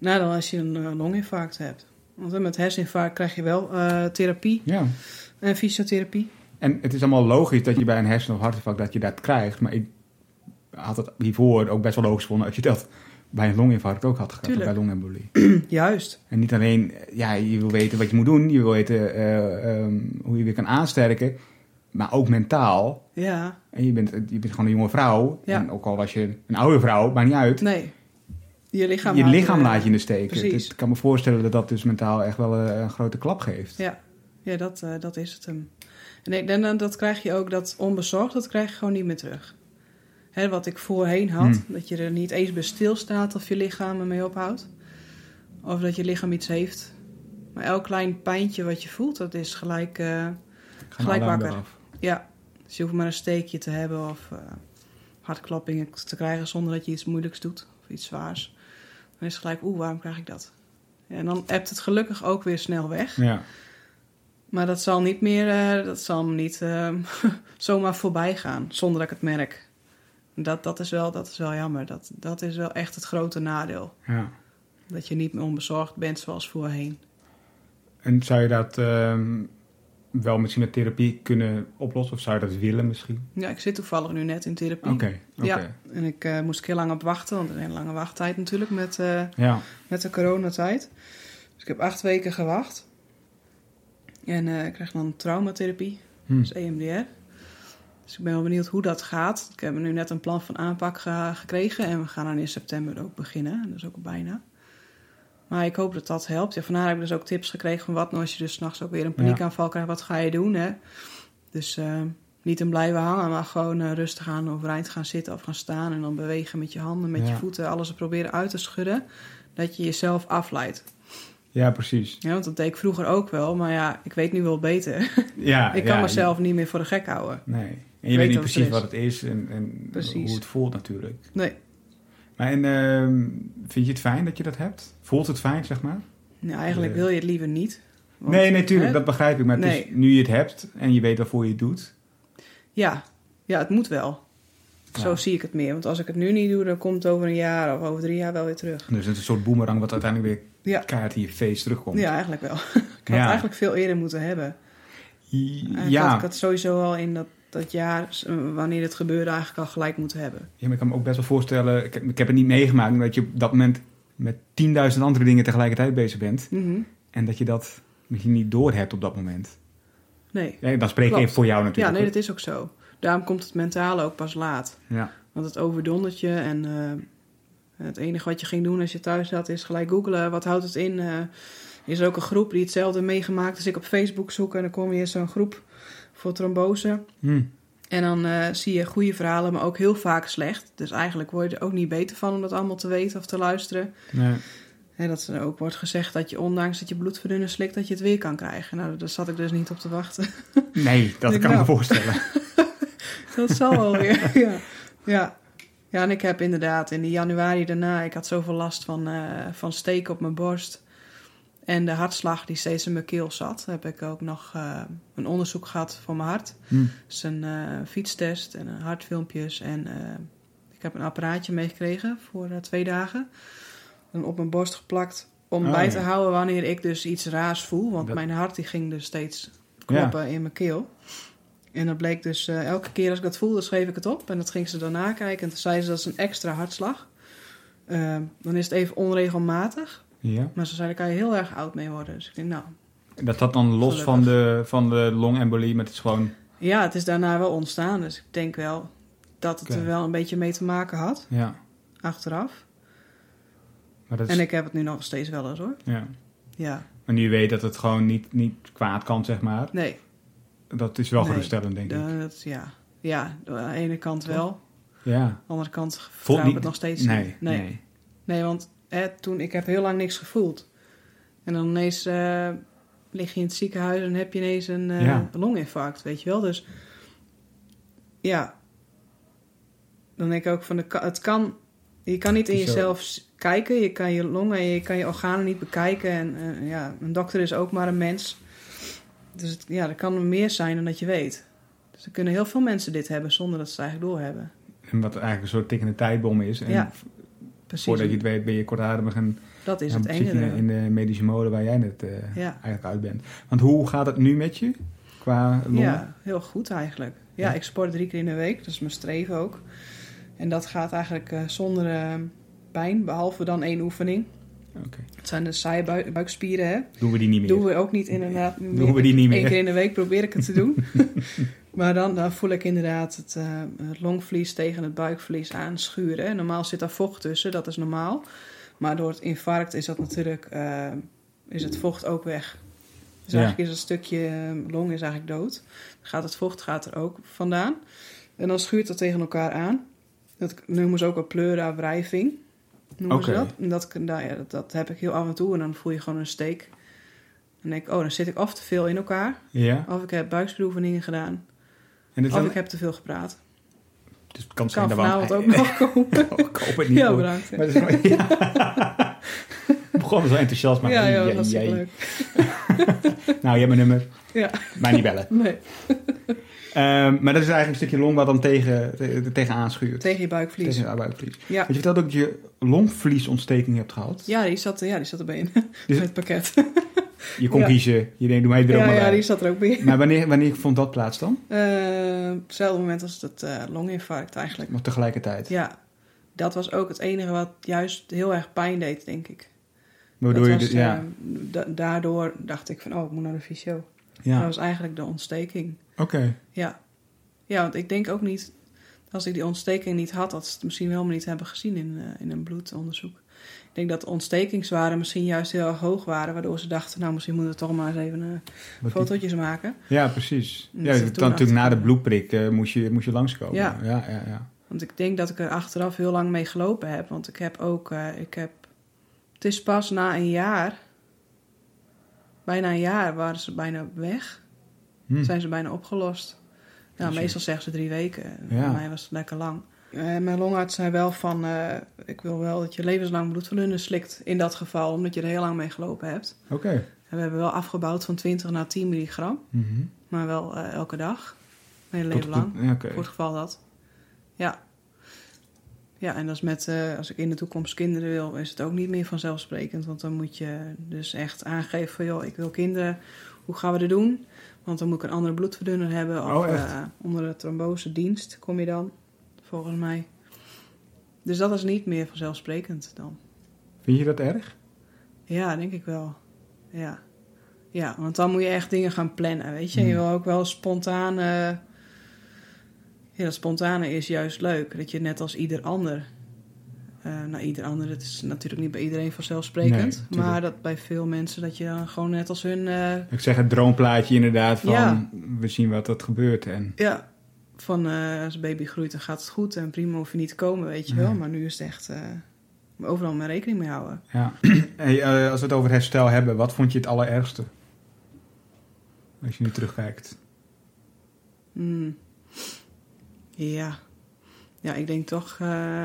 Nou, dan als je een uh, longinfarct hebt. Want met herseninfarct krijg je wel uh, therapie ja. en fysiotherapie. En het is allemaal logisch dat je bij een hersen- of hartinfarct dat je dat krijgt. Maar ik had het hiervoor ook best wel logisch gevonden als je dat bij een longinfarct ook had gehad. Of bij longembolie. Juist. En niet alleen, ja, je wil weten wat je moet doen. Je wil weten uh, um, hoe je weer kan aansterken. Maar ook mentaal. Ja. En je bent, je bent gewoon een jonge vrouw. Ja. En ook al was je een oude vrouw, maakt niet uit. Nee. Je lichaam, je laat, lichaam uh, laat je in de steek. Precies. Dus ik kan me voorstellen dat dat dus mentaal echt wel een, een grote klap geeft. Ja, ja dat, uh, dat is het hem. En ik denk dat krijg je ook, dat onbezorgd, dat krijg je gewoon niet meer terug. Hè, wat ik voorheen had, hmm. dat je er niet eens bij stilstaat of je lichaam ermee ophoudt. Of dat je lichaam iets heeft. Maar elk klein pijntje wat je voelt, dat is gelijk, uh, gelijk wakker. Ja, dus je hoeft maar een steekje te hebben of uh, hartkloppingen te krijgen zonder dat je iets moeilijks doet of iets zwaars. Dan is het gelijk, oeh, waarom krijg ik dat? Ja, en dan hebt het gelukkig ook weer snel weg. Ja. Maar dat zal niet meer, uh, dat zal me niet uh, zomaar voorbij gaan, zonder dat ik het merk. Dat, dat, is, wel, dat is wel jammer. Dat, dat is wel echt het grote nadeel. Ja. Dat je niet meer onbezorgd bent zoals voorheen. En zou je dat uh, wel misschien met therapie kunnen oplossen? Of zou je dat willen misschien? Ja, ik zit toevallig nu net in therapie. Oké. Okay, okay. Ja, en ik uh, moest heel lang op wachten, want er is een lange wachttijd natuurlijk met, uh, ja. met de coronatijd. Dus ik heb acht weken gewacht. En uh, ik krijg dan traumatherapie, hmm. dus E M D R. Dus ik ben wel benieuwd hoe dat gaat. Ik heb nu net een plan van aanpak ge- gekregen en we gaan dan in september ook beginnen. Dat is ook bijna. Maar ik hoop dat dat helpt. Ja, vandaar heb ik dus ook tips gekregen van wat nou als je dus 's nachts ook weer een paniekaanval krijgt. Wat ga je doen, hè? Dus uh, niet in blijven hangen, maar gewoon uh, rustig aan overeind gaan zitten of gaan staan. En dan bewegen met je handen, met ja. je voeten. Alles proberen uit te schudden. Dat je jezelf afleidt. Ja, precies. Ja, want dat deed ik vroeger ook wel. Maar ja, ik weet nu wel beter. Ja, ik kan ja, mezelf je... niet meer voor de gek houden. Nee. En je weet, weet niet precies wat het is en, en hoe het voelt natuurlijk. Nee. Maar en uh, vind je het fijn dat je dat hebt? Voelt het fijn, zeg maar? Nou, eigenlijk uh, wil je het liever niet. Want, nee, natuurlijk, nee, dat begrijp ik. Maar het nee. is, nu je het hebt en je weet waarvoor je het doet. Ja, ja, het moet wel. Ja. Zo zie ik het meer. Want als ik het nu niet doe, dan komt het over een jaar of over drie jaar wel weer terug. Dus het is een soort boemerang wat uiteindelijk weer ja. keihard in je face terugkomt. Ja, eigenlijk wel. ik had ja. eigenlijk veel eerder moeten hebben. Ja. Had, ik had sowieso al in dat, dat jaar, wanneer het gebeurde, eigenlijk al gelijk moeten hebben. Ja, maar ik kan me ook best wel voorstellen, ik heb, ik heb het niet meegemaakt, maar dat je op dat moment met tienduizend andere dingen tegelijkertijd bezig bent. Mm-hmm. En dat je dat misschien niet doorhebt op dat moment. Nee. Ja, dan spreek ik even voor jou natuurlijk. Ja, nee, dat is ook zo. Daarom komt het mentale ook pas laat. Ja. Want het overdondert je en uh, het enige wat je ging doen als je thuis zat is gelijk googlen. Wat houdt het in? Uh, is er ook een groep die hetzelfde meegemaakt. Dus ik op Facebook zoeken en dan kom je in zo'n groep voor trombose. Hmm. En dan uh, zie je goede verhalen, maar ook heel vaak slecht. Dus eigenlijk word je er ook niet beter van om dat allemaal te weten of te luisteren. Nee. En dat er ook wordt gezegd dat je ondanks dat je bloedverdunner slikt, dat je het weer kan krijgen. Nou, daar zat ik dus niet op te wachten. Nee, dat kan ik me voorstellen. Dat zal wel weer, ja. ja. Ja, en ik heb inderdaad in die januari daarna, ik had zoveel last van, uh, van steken op mijn borst. En de hartslag die steeds in mijn keel zat. Heb ik ook nog uh, een onderzoek gehad voor mijn hart. Hmm. Dus een uh, fietstest en uh, hartfilmpjes. En uh, ik heb een apparaatje meegekregen voor uh, twee dagen. En op mijn borst geplakt om oh, bij te ja. houden wanneer ik dus iets raars voel. Want dat... mijn hart die ging dus steeds kloppen ja. in mijn keel. En dat bleek dus uh, elke keer als ik dat voelde, schreef ik het op. En dat ging ze dan nakijken. En toen zei ze dat is een extra hartslag. Uh, dan is het even onregelmatig. Ja. Maar ze zei, daar kan je heel erg oud mee worden. Dus ik denk, nou... Dat had dan los van de, van de longembolie, maar het is gewoon... Ja, het is daarna wel ontstaan. Dus ik denk wel dat het okay. er wel een beetje mee te maken had. Ja. Achteraf. Maar dat is... En ik heb het nu nog steeds wel eens, hoor. Ja. Ja. Maar nu je weet dat het gewoon niet, niet kwaad kan, zeg maar. Nee. Dat is wel nee. geruststellend, denk de, ik. Dat, ja. Ja, aan de ene kant wel. Ja. Aan de andere kant vertrouw ik het nog steeds nee, niet. Nee, nee. Nee, want hè, toen, ik heb heel lang niks gevoeld. En dan ineens uh, lig je in het ziekenhuis en heb je ineens een uh, ja. longinfarct, weet je wel. Dus ja, dan denk ik ook van, de, het kan, je kan niet in Zo. jezelf kijken. Je kan je longen en je kan je organen niet bekijken. En uh, ja, een dokter is ook maar een mens. Dus het, ja, er kan meer zijn dan dat je weet. Dus er kunnen heel veel mensen dit hebben zonder dat ze het eigenlijk doorhebben. En wat eigenlijk een soort tikkende tijdbom is. En ja. Precies. Voordat je het weet ben je kortademig en Dat is dan het zit enge. je in de medische mode waar jij net uh, ja. eigenlijk uit bent. Want hoe gaat het nu met je qua longen? Ja, heel goed eigenlijk. Ja, Ja. ik sport drie keer in de week, dat is mijn streven ook. En dat gaat eigenlijk uh, zonder uh, pijn, behalve dan één oefening. Okay. Het zijn de saaie bui- buikspieren, hè. Doen we die niet meer? Doen we ook niet inderdaad. Nee. Doen we die niet meer? Eén keer in de week probeer ik het te doen. Maar dan, dan voel ik inderdaad het, uh, het longvlies tegen het buikvlies aanschuren. Normaal zit daar vocht tussen, dat is normaal. Maar door het infarct is dat natuurlijk, uh, is het vocht ook weg. Dus ja. eigenlijk is het stukje uh, long is eigenlijk dood. Dan gaat het vocht gaat er ook vandaan. En dan schuurt dat tegen elkaar aan. Dat noemen ze ook een pleura-wrijving. Noemen okay. ze dat. En dat, nou ja, dat, dat heb ik heel af en toe. En dan voel je gewoon een steek. En denk ik, oh, dan zit ik of te veel in elkaar. Ja. Of ik heb buikspieroefeningen gedaan. En of dan... ik heb te veel gepraat. Dus het kan, kan zijn vanavond dat ook nog komen. oh, ik hoop het niet. Ja, bedankt. Maar dat is wel, ja. Ik begon zo enthousiast. Maar ja, ja, jij, dat is jij. leuk. Nou, je hebt mijn nummer. Ja. Mij niet bellen. Nee. Um, maar dat is eigenlijk een stukje long wat dan tegen, te, tegen aanschuurt. Tegen je buikvlies. Tegen je buikvlies. Ja. Want je vertelt ook dat je longvliesontsteking hebt gehad. Ja, die zat, ja, die zat erbij in. Dus met het pakket. Je kon ja. kiezen. Je denkt, doe mij er ook ja, maar ja, bij. die zat er ook bij. Maar wanneer, wanneer vond dat plaats dan? Uh, op hetzelfde moment als het uh, longinfarct eigenlijk. Nog tegelijkertijd? Ja. Dat was ook het enige wat juist heel erg pijn deed, denk ik. Waardoor dat je was, de, ja. uh, da- daardoor dacht ik van, oh, ik moet naar de fysio. Ja. Dat was eigenlijk de ontsteking. Oké. Okay. Ja. Ja, want ik denk ook niet, als ik die ontsteking niet had, dat ze het misschien wel helemaal niet hebben gezien in, uh, in een bloedonderzoek. Ik denk dat de ontstekingswaarden misschien juist heel erg hoog waren, waardoor ze dachten, nou, misschien moeten we toch maar eens even uh, fotootjes die... maken. Ja, precies. En ja, dan natuurlijk na de bloedprik uh, moest, je, moest je langskomen. Ja. Ja, ja, ja. Want ik denk dat ik er achteraf heel lang mee gelopen heb, want ik heb ook, uh, ik heb, het is pas na een jaar, bijna een jaar waren ze bijna weg, hm. zijn ze bijna opgelost. Nou, meestal zeggen ze drie weken. Ja. Bij mij was het lekker lang. Uh, mijn longarts zei wel van, uh, ik wil wel dat je levenslang bloedverdunners slikt in dat geval, omdat je er heel lang mee gelopen hebt. Oké. Okay. En we hebben wel afgebouwd van twintig naar tien milligram, mm-hmm. maar wel uh, elke dag, mijn hele leven lang, ja, okay. voor het geval dat. Ja. Ja, en dat is met, uh, als ik in de toekomst kinderen wil, is het ook niet meer vanzelfsprekend, want dan moet je dus echt aangeven van, joh, ik wil kinderen, hoe gaan we dat doen? Want dan moet ik een andere bloedverdunner hebben. Of oh, uh, onder de trombosedienst kom je dan, volgens mij. Dus dat is niet meer vanzelfsprekend dan. Vind je dat erg? Ja, denk ik wel. Ja, ja, want dan moet je echt dingen gaan plannen, weet je. Hmm. Je wil ook wel spontaan... Uh, ja, dat spontane is juist leuk. Dat je net als ieder ander... Uh, nou, ieder ander, dat is natuurlijk niet bij iedereen vanzelfsprekend. Nee, maar dat bij veel mensen, dat je dan gewoon net als hun... Uh, ik zeg het droomplaatje inderdaad van, ja. we zien wat er gebeurt. En... Ja, van uh, als baby groeit, dan gaat het goed. En prima, hoef je niet te komen, weet je nee. wel. Maar nu is het echt... Uh, overal maar rekening mee houden. Ja. Hey, uh, als we het over herstel hebben, wat vond je het allerergste? Als je nu terugkijkt. Hmm. Ja. Ja, ik denk toch... Uh,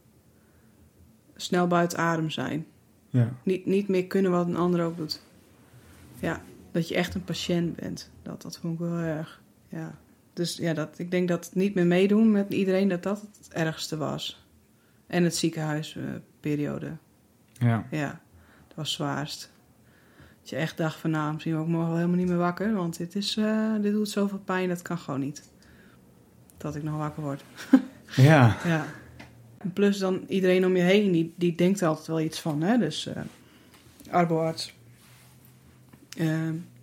snel buiten adem zijn. Ja. Niet, niet meer kunnen wat een ander ook doet. Ja, dat je echt een patiënt bent. Dat, dat vond ik wel erg. Ja. Dus ja, dat, ik denk dat niet meer meedoen met iedereen, dat dat het ergste was. En het ziekenhuisperiode. Uh, ja. Ja, dat was zwaarst. Dat je echt dacht van, nou, misschien word ik morgen wel helemaal niet meer wakker. Want dit, is, uh, dit doet zoveel pijn, dat kan gewoon niet. Dat ik nog wakker word. Ja. Ja. En plus dan iedereen om je heen, die, die denkt er altijd wel iets van. Hè? Dus uh, arboarts. Uh,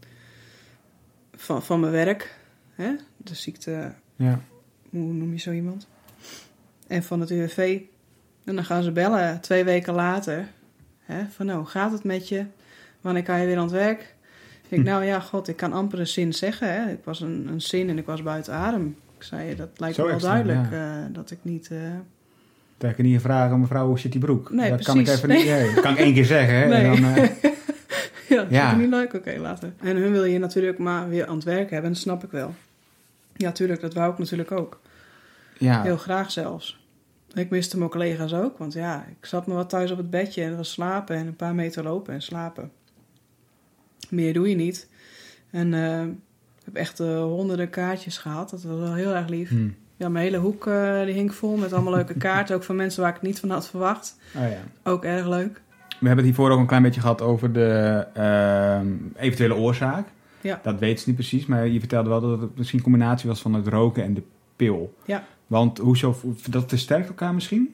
van, van mijn werk. Hè? De ziekte. Ja. Hoe noem je zo iemand? En van het U W V. En dan gaan ze bellen twee weken later. Hè? Van nou, hoe gaat het met je? Wanneer kan je weer aan het werk? Ik denk, hm. nou ja, god, ik kan amper een zin zeggen. Hè? Ik was een, een zin en ik was buiten adem. Ik zei, dat lijkt zo me wel extra, duidelijk. Ja. Uh, dat ik niet... Uh, Dan kan je niet vragen, mevrouw, hoe zit die broek? Nee, dat precies. kan ik even niet. Nee, dat kan ik één keer zeggen. Hè? Nee. En dan, uh... ja, dat ja. vind ik niet leuk. Oké, okay, later. En hun wil je natuurlijk maar weer aan het werk hebben. En dat snap ik wel. Ja, tuurlijk. Dat wou ik natuurlijk ook. Ja. Heel graag zelfs. Ik miste mijn collega's ook. Want ja, ik zat me wat thuis op het bedje. En dat was slapen. En een paar meter lopen en slapen. Meer doe je niet. En uh, ik heb echt uh, honderden kaartjes gehad. Dat was wel heel erg lief. Hmm. Ja, mijn hele hoek uh, die hing vol met allemaal leuke kaarten. Ook van mensen waar ik het niet van had verwacht. Oh, ja. Ook erg leuk. We hebben het hiervoor ook een klein beetje gehad over de uh, eventuele oorzaak. Ja. Dat weet ze niet precies, maar je vertelde wel dat het misschien een combinatie was van het roken en de pil. Ja. Want hoezo, dat versterkt elkaar misschien?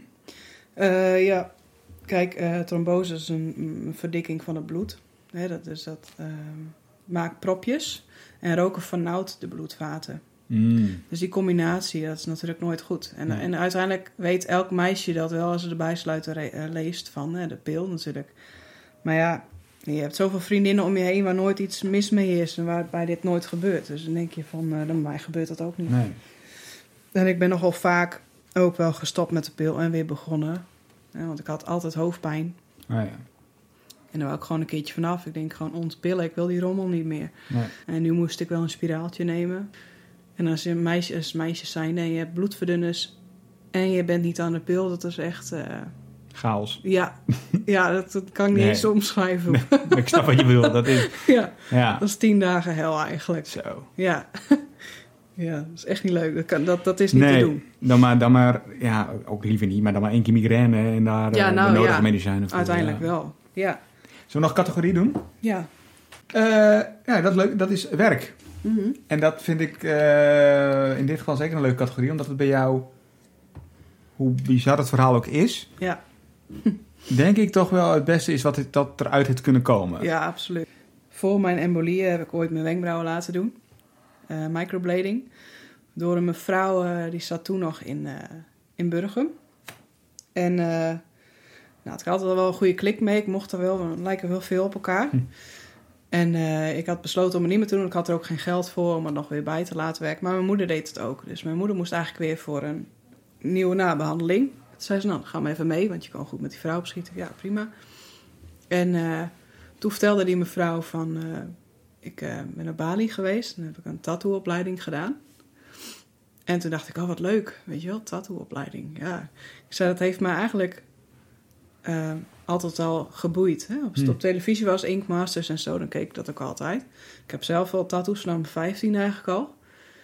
Uh, ja, kijk, uh, trombose is een, een verdikking van het bloed. Hè, dat, dus dat uh, maakt propjes en roken vernauwt de bloedvaten. Mm. Dus die combinatie, dat is natuurlijk nooit goed. En, nee. en uiteindelijk weet elk meisje dat wel als ze de bijsluiter re- uh, leest van hè, de pil natuurlijk. Maar ja, je hebt zoveel vriendinnen om je heen waar nooit iets mis mee is en waarbij dit nooit gebeurt. Dus dan denk je van, uh, bij mij gebeurt dat ook niet. Nee. En ik ben nogal vaak ook wel gestopt met de pil en weer begonnen. Ja, want ik had altijd hoofdpijn. Oh, ja. En daar wou ik gewoon een keertje vanaf. Ik denk gewoon ontpillen, ik wil die rommel niet meer. Nee. En nu moest ik wel een spiraaltje nemen. En als je een meisje, als meisjes zijn en je hebt bloedverdunners en je bent niet aan de pil, dat is echt... Uh, chaos. Ja, ja dat, dat kan ik niet nee. eens omschrijven. Nee, ik snap wat je bedoelt. Dat is, ja, ja, dat is tien dagen hel eigenlijk. Zo. Ja, ja, dat is echt niet leuk. Dat, kan, dat, dat is niet nee, te doen. Dan maar, dan maar, ja, ook liever niet, maar dan maar één keer migraine en daar ja, nou, de nodige ja, medicijnen voor. Uiteindelijk ja. wel, ja. Zullen we nog een categorie doen? Ja. Uh, ja, dat is leuk. Dat is werk. Mm-hmm. En dat vind ik uh, in dit geval zeker een leuke categorie, omdat het bij jou, hoe bizar het verhaal ook is, ja. denk ik toch wel het beste is wat het, dat eruit heeft kunnen komen. Ja, absoluut. Voor mijn embolie heb ik ooit mijn wenkbrauwen laten doen. Uh, microblading. Door een mevrouw, uh, die zat toen nog in, uh, in Burgum. En uh, nou, ik had er wel een goede klik mee. Ik mocht er wel, want het lijken wel veel op elkaar. Hm. En uh, ik had besloten om het niet meer te doen. Ik had er ook geen geld voor om het nog weer bij te laten werken. Maar mijn moeder deed het ook. Dus mijn moeder moest eigenlijk weer voor een nieuwe nabehandeling. Toen zei ze, nou, ga maar even mee, want je kan goed met die vrouw opschieten. Ja, prima. En uh, toen vertelde die mevrouw van... Uh, ik uh, ben naar Bali geweest. Toen heb ik een tattoo-opleiding gedaan. En toen dacht ik, oh, wat leuk. Weet je wel, tattoo-opleiding. Ja. Ik zei, dat heeft mij eigenlijk... Uh, altijd al geboeid. Hè? Als het hmm. op televisie was, Ink Masters en zo, dan keek ik dat ook altijd. Ik heb zelf wel tattoos vanaf mijn vijftien eigenlijk al.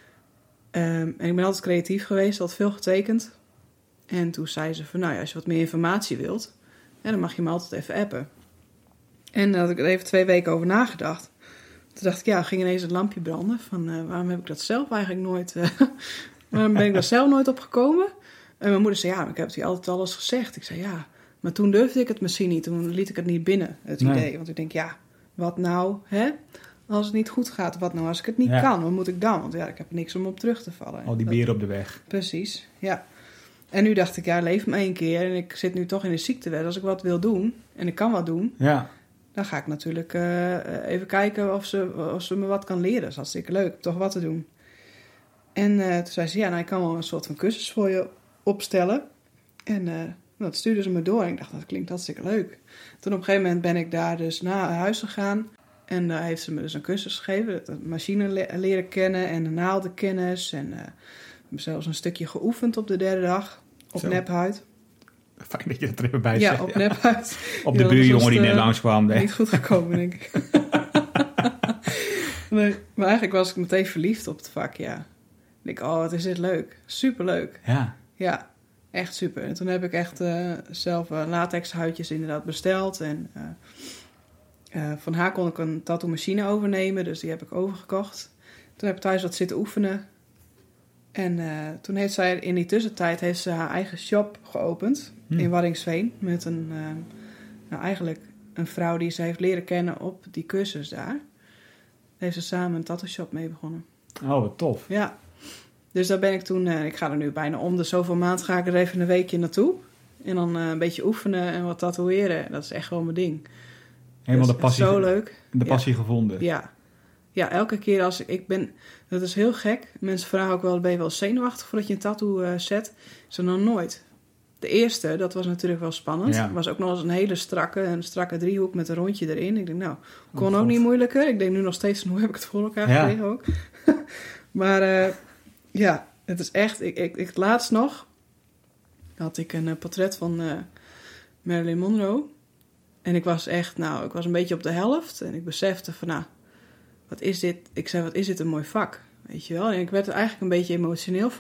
Um, en ik ben altijd creatief geweest, altijd veel getekend. En toen zei ze van, nou ja, als je wat meer informatie wilt, ja, dan mag je me altijd even appen. En daar had ik er even twee weken over nagedacht. Toen dacht ik, ja, ging ineens het lampje branden van, uh, waarom heb ik dat zelf eigenlijk nooit... Uh, waarom ben ik daar zelf nooit op gekomen? En mijn moeder zei, ja, ik heb het je altijd alles gezegd. Ik zei, ja... Maar toen durfde ik het misschien niet. Toen liet ik het niet binnen, het nee. idee. Want ik denk, ja, wat nou, hè? Als het niet goed gaat, wat nou als ik het niet ja. kan? Wat moet ik dan? Want ja, ik heb niks om op terug te vallen. Al die beren dat, op de weg. Precies, ja. En nu dacht ik, ja, leef maar één keer. En ik zit nu toch in de ziektewet. Als ik wat wil doen, en ik kan wat doen... Ja. Dan ga ik natuurlijk uh, even kijken of ze, of ze me wat kan leren. Dat is hartstikke leuk, toch wat te doen. En uh, toen zei ze, ja, nou, ik kan wel een soort van cursus voor je opstellen. En... Uh, dat stuurde ze me door en ik dacht, dat klinkt hartstikke leuk. Toen op een gegeven moment ben ik daar dus naar huis gegaan. En daar uh, heeft ze me dus een cursus gegeven. De machine le- leren kennen en de naaldenkennis. En uh, we hebben zelfs een stukje geoefend op de derde dag. Op Zo. nephuid. Fijn dat je dat er even bij ja, zegt. Op ja, op nephuid. Op de buurjongen die net langskwam. Nee. Niet goed gekomen, denk ik. Nee, maar eigenlijk was ik meteen verliefd op het vak, ja. Ik denk, oh, wat is dit leuk. Superleuk. Ja. Ja. Echt super. En toen heb ik echt uh, zelf uh, latexhuidjes inderdaad besteld. En uh, uh, van haar kon ik een tattoo machine overnemen. Dus die heb ik overgekocht. Toen heb ik thuis wat zitten oefenen. En uh, toen heeft zij in die tussentijd heeft ze haar eigen shop geopend. Hmm. In Waddinxveen. Met een, uh, nou eigenlijk een vrouw die ze heeft leren kennen op die cursus daar. Daar heeft ze samen een tattoo shop mee begonnen. Oh, wat tof. Ja. Dus daar ben ik toen, uh, ik ga er nu bijna om de zoveel maand ga ik er even een weekje naartoe. En dan uh, een beetje oefenen en wat tatoeëren. Dat is echt wel mijn ding. Helemaal dus, de passie. Zo leuk. De passie ja. gevonden. Ja. Ja, elke keer als ik, ik ben, dat is heel gek. Mensen vragen ook wel, ben je wel zenuwachtig voordat je een tattoo uh, zet? Zo nog nooit. De eerste, dat was natuurlijk wel spannend. Ja. Was ook nog eens een hele strakke, een strakke driehoek met een rondje erin. Ik denk, nou, kon oh, ook niet moeilijker. Ik denk nu nog steeds, hoe heb ik het voor elkaar ja. gekregen ook? Maar... Uh, Ja, het is echt... Ik, ik, ik, laatst nog had ik een uh, portret van uh, Marilyn Monroe. En ik was echt... Nou, ik was een beetje op de helft. En ik besefte van, nou... Wat is dit? Ik zei, wat is dit een mooi vak? Weet je wel? En ik werd er eigenlijk een beetje emotioneel van.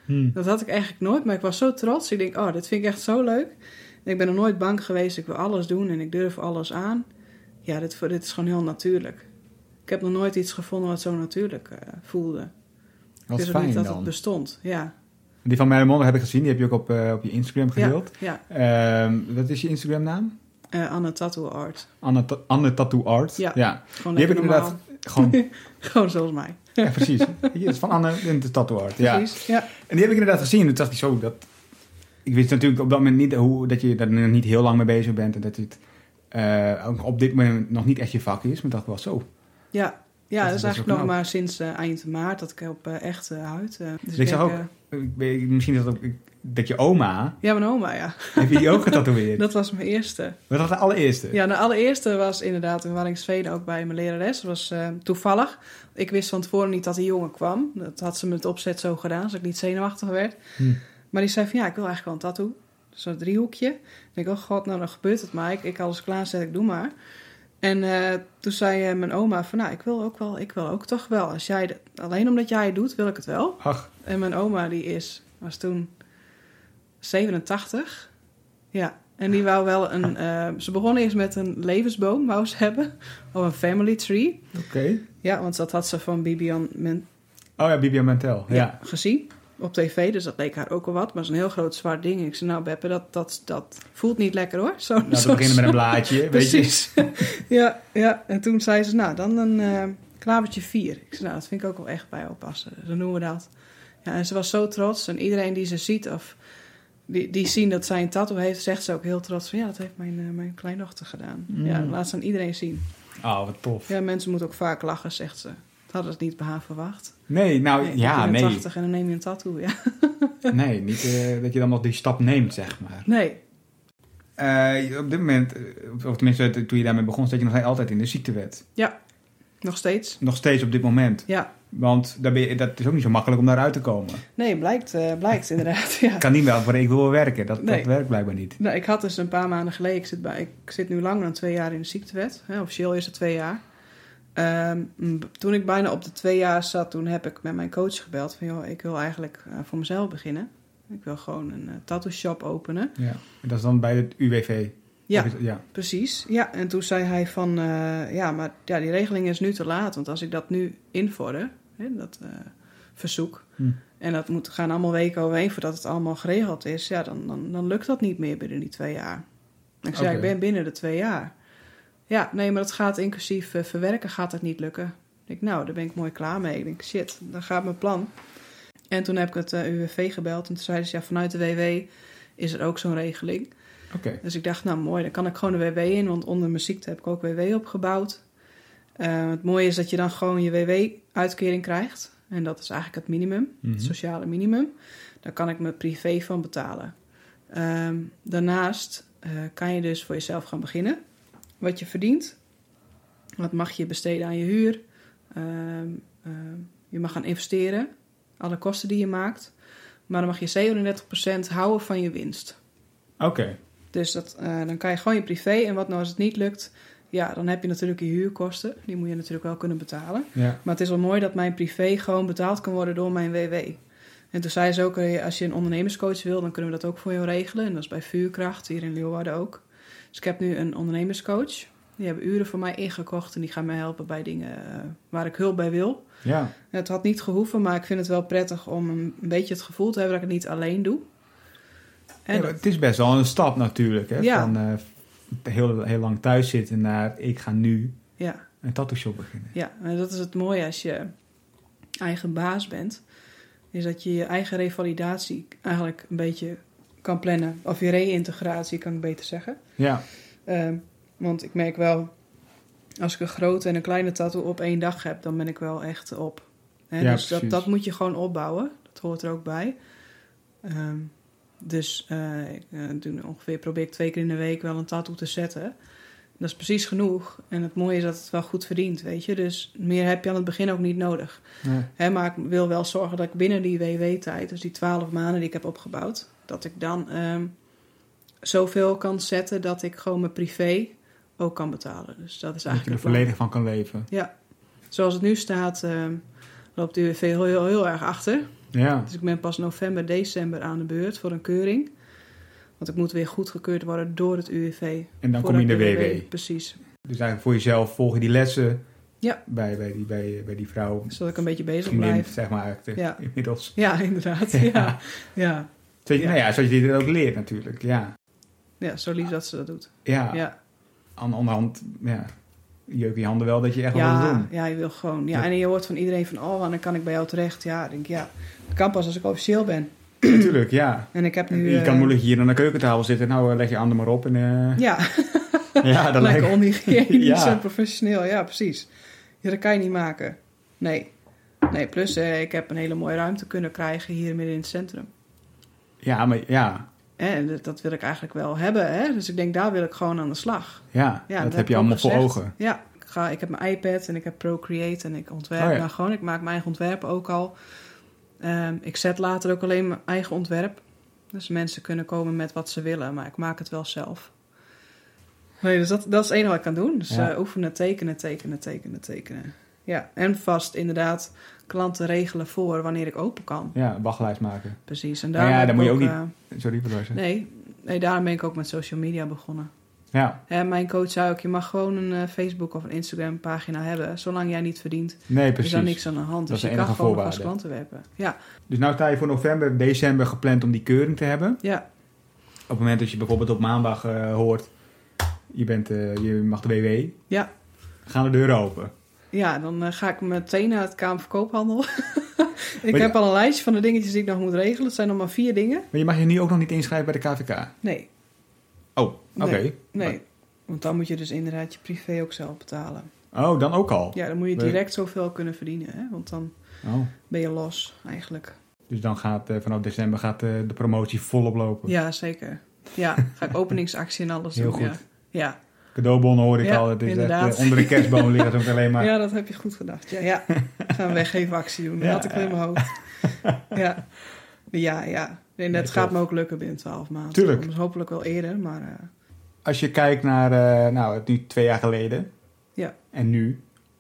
Hmm. Dat had ik eigenlijk nooit, maar ik was zo trots. Ik denk, oh, dit vind ik echt zo leuk. En ik ben nog nooit bang geweest. Ik wil alles doen en ik durf alles aan. Ja, dit, dit is gewoon heel natuurlijk. Ik heb nog nooit iets gevonden wat zo natuurlijk uh, voelde. Wat ik wist ook fijn niet dat dan. het bestond, ja. Die van Marilyn Monroe heb ik gezien. Die heb je ook op, uh, op je Instagram gedeeld. Ja, ja. Um, wat is je Instagram naam? Uh, Anne Tattoo Art. Anne, ta- Anne Tattoo Art. Ja, ja. gewoon die heb ik normaal. inderdaad gewoon... gewoon zoals mij. Ja, precies. Het is van Anne in de Tattoo Art. Ja. Precies, ja. En die heb ik inderdaad gezien. En toen dacht ik zo dat... Ik wist natuurlijk op dat moment niet hoe, dat je daar niet heel lang mee bezig bent. En dat het uh, ook op dit moment nog niet echt je vak is. Maar ik dacht wel zo. Ja, ja dat, dat is is eigenlijk nog knap. maar sinds uh, eind maart dat ik op uh, echte huid... Uh, dus ik, ik zag denk, ook... Uh, Ik weet, misschien dat, ook, dat je oma... Ja, mijn oma, ja. Heb je die ook getatoeëerd? Dat was mijn eerste. Wat was de allereerste? Ja, de allereerste was inderdaad in Waddinxveen ook bij mijn lerares. Dat was uh, toevallig. Ik wist van tevoren niet dat die jongen kwam. Dat had ze met opzet zo gedaan, zodat ik niet zenuwachtig werd. Hm. Maar die zei van, ja, ik wil eigenlijk wel een tattoo. Zo'n driehoekje. Ik denk, oh god, nou dan gebeurt het maar. Ik, ik alles klaarzet, ik doe maar. En uh, toen zei uh, mijn oma van, nou, ik wil ook wel, ik wil ook toch wel. Als jij de, alleen omdat jij het doet, wil ik het wel. Ach. En mijn oma, die is, was toen zevenentachtig. Ja, en die wou wel een... Uh, ze begon eerst met een levensboom, wou ze hebben. Of een family tree. Oké. Okay. Ja, want dat had ze van Bibian Men- Oh ja, Bibian Mentel. Ja. ja, gezien op tv. Dus dat leek haar ook wel wat. Maar het is een heel groot zwart ding. Ik zei, nou Beppe, dat, dat, dat voelt niet lekker hoor. Zo, nou, zo, we beginnen met een blaadje, weet precies. je. ja, ja, en toen zei ze, nou, dan een uh, klavertje vier. Ik zei, nou, dat vind ik ook wel echt bij oppassen. Zo noemen we dat. Ja, en ze was zo trots. En iedereen die ze ziet of die, die zien dat zij een tattoo heeft, zegt ze ook heel trots van, ja, dat heeft mijn, uh, mijn kleindochter gedaan. Mm. Ja, laat ze aan iedereen zien. Oh, wat tof. Ja, mensen moeten ook vaak lachen, zegt ze. Dat hadden ze niet bij haar verwacht. Nee, nou, nee, ja, nee. tachtig en dan neem je een tattoo, ja. nee, niet uh, dat je dan nog die stap neemt, zeg maar. Nee. Uh, op dit moment, of tenminste toen je daarmee begon, zat je nog altijd in de ziektewet. Ja, nog steeds. Nog steeds op dit moment. Ja. Want daar ben je, dat is ook niet zo makkelijk om daaruit te komen. Nee, blijkt, uh, blijkt inderdaad. Ja. Ik kan niet wel voor ik wil wel werken. Dat, nee. dat werkt blijkbaar niet. Nou, ik had dus een paar maanden geleden, ik zit, bij, ik zit nu langer dan twee jaar in de ziektewet. Hè, officieel is het twee jaar. Um, toen ik bijna op de twee jaar zat, toen heb ik met mijn coach gebeld van, joh, ik wil eigenlijk uh, voor mezelf beginnen. Ik wil gewoon een uh, tattoo shop openen. Ja, en dat is dan bij het U W V. Ja, het, ja, precies. Ja, en toen zei hij van, uh, ja, maar ja, die regeling is nu te laat. Want als ik dat nu invorder, hè, dat uh, verzoek, hm. en dat moet gaan allemaal weken overheen voordat het allemaal geregeld is, ja, dan, dan, dan lukt dat niet meer binnen die twee jaar. En ik zei, okay. Ik ben binnen de twee jaar. Ja, nee, maar dat gaat inclusief uh, verwerken, gaat het niet lukken. Ik denk, nou, daar ben ik mooi klaar mee. Ik denk, shit, dan gaat mijn plan. En toen heb ik het uh, U W V gebeld en toen zeiden ze, ja, vanuit de W W is er ook zo'n regeling. Okay. Dus ik dacht, nou mooi, dan kan ik gewoon de W W in, want onder mijn ziekte heb ik ook W W opgebouwd. Uh, het mooie is dat je dan gewoon je W W-uitkering krijgt. En dat is eigenlijk het minimum, mm-hmm. het sociale minimum. Daar kan ik me privé van betalen. Um, daarnaast uh, kan je dus voor jezelf gaan beginnen. Wat je verdient, wat mag je besteden aan je huur. Um, uh, je mag gaan investeren, alle kosten die je maakt. Maar dan mag je zevenendertig procent houden van je winst. Oké. Okay. Dus dat, uh, dan kan je gewoon je privé. En wat nou als het niet lukt, ja, dan heb je natuurlijk je huurkosten. Die moet je natuurlijk wel kunnen betalen. Ja. Maar het is wel mooi dat mijn privé gewoon betaald kan worden door mijn W W. En toen zei ze ook, als je een ondernemerscoach wil, dan kunnen we dat ook voor jou regelen. En dat is bij Vuurkracht, hier in Leeuwarden ook. Dus ik heb nu een ondernemerscoach. Die hebben uren voor mij ingekocht en die gaan mij helpen bij dingen uh, waar ik hulp bij wil. Ja. Het had niet gehoeven, maar ik vind het wel prettig om een beetje het gevoel te hebben dat ik het niet alleen doe. En ja, het is best wel een stap natuurlijk. Hè? Ja. Van uh, heel, heel lang thuis zitten naar ik ga nu ja. een tattoo shop beginnen. Ja, en dat is het mooie als je eigen baas bent. Is dat je je eigen revalidatie eigenlijk een beetje kan plannen. Of je reïntegratie, kan ik beter zeggen. Ja. Uh, want ik merk wel, als ik een grote en een kleine tattoo op één dag heb, dan ben ik wel echt op. Hè? Ja, dus dat, dat moet je gewoon opbouwen. Dat hoort er ook bij. Um, dus uh, ik, uh, doe ongeveer probeer ik twee keer in de week wel een tattoo te zetten. Dat is precies genoeg. En het mooie is dat het wel goed verdient, weet je. Dus meer heb je aan het begin ook niet nodig. Nee. Hè, maar ik wil wel zorgen dat ik binnen die W W-tijd, dus die twaalf maanden die ik heb opgebouwd, dat ik dan um, zoveel kan zetten dat ik gewoon mijn privé ook kan betalen. Dus dat is eigenlijk dat je er volledig van kan leven. Ja. Zoals het nu staat, um, loopt de U W V heel, heel, heel erg achter. Ja. Dus ik ben pas november, december aan de beurt voor een keuring. Want ik moet weer goedgekeurd worden door het U W V. En dan kom je in de W W. Precies. Dus eigenlijk voor jezelf volg je die lessen ja. bij, bij, die, bij, bij die vrouw. Zodat ik een beetje bezig vriendin, blijf. zeg maar eigenlijk, ja. inmiddels. Ja, inderdaad. ja. Ja. Ja. Zodat, je, nou ja, zodat je dit ook leert natuurlijk. Ja, ja zo lief dat ze dat doet. Ja. ja. Aan de andere hand, ja, jeuk je handen wel dat je echt ja, wat wil doen. Ja, je wil gewoon. Ja, ja. En je hoort van iedereen van, oh, wanneer kan ik bij jou terecht? Ja, ik denk, ja, het kan pas als ik officieel ben. Natuurlijk, ja. En ik heb nu... Je kan uh, moeilijk hier aan de keukentafel zitten. Nou, leg je handen maar op en... Uh... Ja. ja, dat lekker onhygiënisch ja. en professioneel. Ja, precies. Ja, dat kan je niet maken. Nee. Nee, plus uh, ik heb een hele mooie ruimte kunnen krijgen hier midden in het centrum. Ja, maar ja... En dat, dat wil ik eigenlijk wel hebben. Hè? Dus ik denk, daar wil ik gewoon aan de slag. Ja, ja dat, dat heb je allemaal voor ogen. Ja, ik, ga, ik heb mijn iPad en ik heb Procreate en ik ontwerp. Oh, ja. Nou, gewoon, ik maak mijn eigen ontwerpen ook al. Um, ik zet later ook alleen mijn eigen ontwerp. Dus mensen kunnen komen met wat ze willen, maar ik maak het wel zelf. Nee, dus dat, dat is het enige wat ik kan doen. Dus ja. uh, oefenen, tekenen, tekenen, tekenen, tekenen. Ja, en vast inderdaad klanten regelen voor wanneer ik open kan. Ja, wachtlijst maken. Precies. En daar ja, dan moet je ook, ook uh, niet... Sorry, verdoor. Nee, nee, daarom ben ik ook met social media begonnen. Ja. En mijn coach zei ook, je mag gewoon een uh, Facebook of een Instagram pagina hebben, zolang jij niet verdient. Nee, precies. Is er niks aan de hand. Dat dus is je kan gewoon voorwaarde. als klanten werpen. Ja. Dus nou sta je voor november, december gepland om die keuring te hebben. Ja. Op het moment dat je bijvoorbeeld op maandag uh, hoort, je, bent, uh, je mag de W W. Ja. Gaan de deuren open. Ja, dan uh, ga ik meteen naar het Kamer van Koophandel. ik maar heb je... al een lijstje van de dingetjes die ik nog moet regelen. Het zijn nog maar vier dingen. Maar je mag je nu ook nog niet inschrijven bij de K V K? Nee. Oh, oké. Okay. Nee, nee. Maar... want dan moet je dus inderdaad je privé ook zelf betalen. Oh, dan ook al? Ja, dan moet je direct zoveel kunnen verdienen. Hè? Want dan oh. ben je los eigenlijk. Dus dan gaat uh, vanaf december gaat, uh, de promotie volop lopen? Ja, zeker. Ja, ga ik openingsactie en alles Heel doen. goed. Ja. ja. Cadeaubonnen hoor ik ja, al. Het is inderdaad. echt, uh, onder de kerstboom liggen ze ook alleen maar. Ja, dat heb je goed gedacht. Ja, ja. Gaan we weggevenactie doen. Dat ja, had ik wel in mijn hoofd. ja, ja. ja. En dat nee, gaat me ook lukken binnen twaalf maanden. Tuurlijk. Dus hopelijk wel eerder, maar... Uh... Als je kijkt naar, uh, nou, het nu twee jaar geleden. Ja. En nu.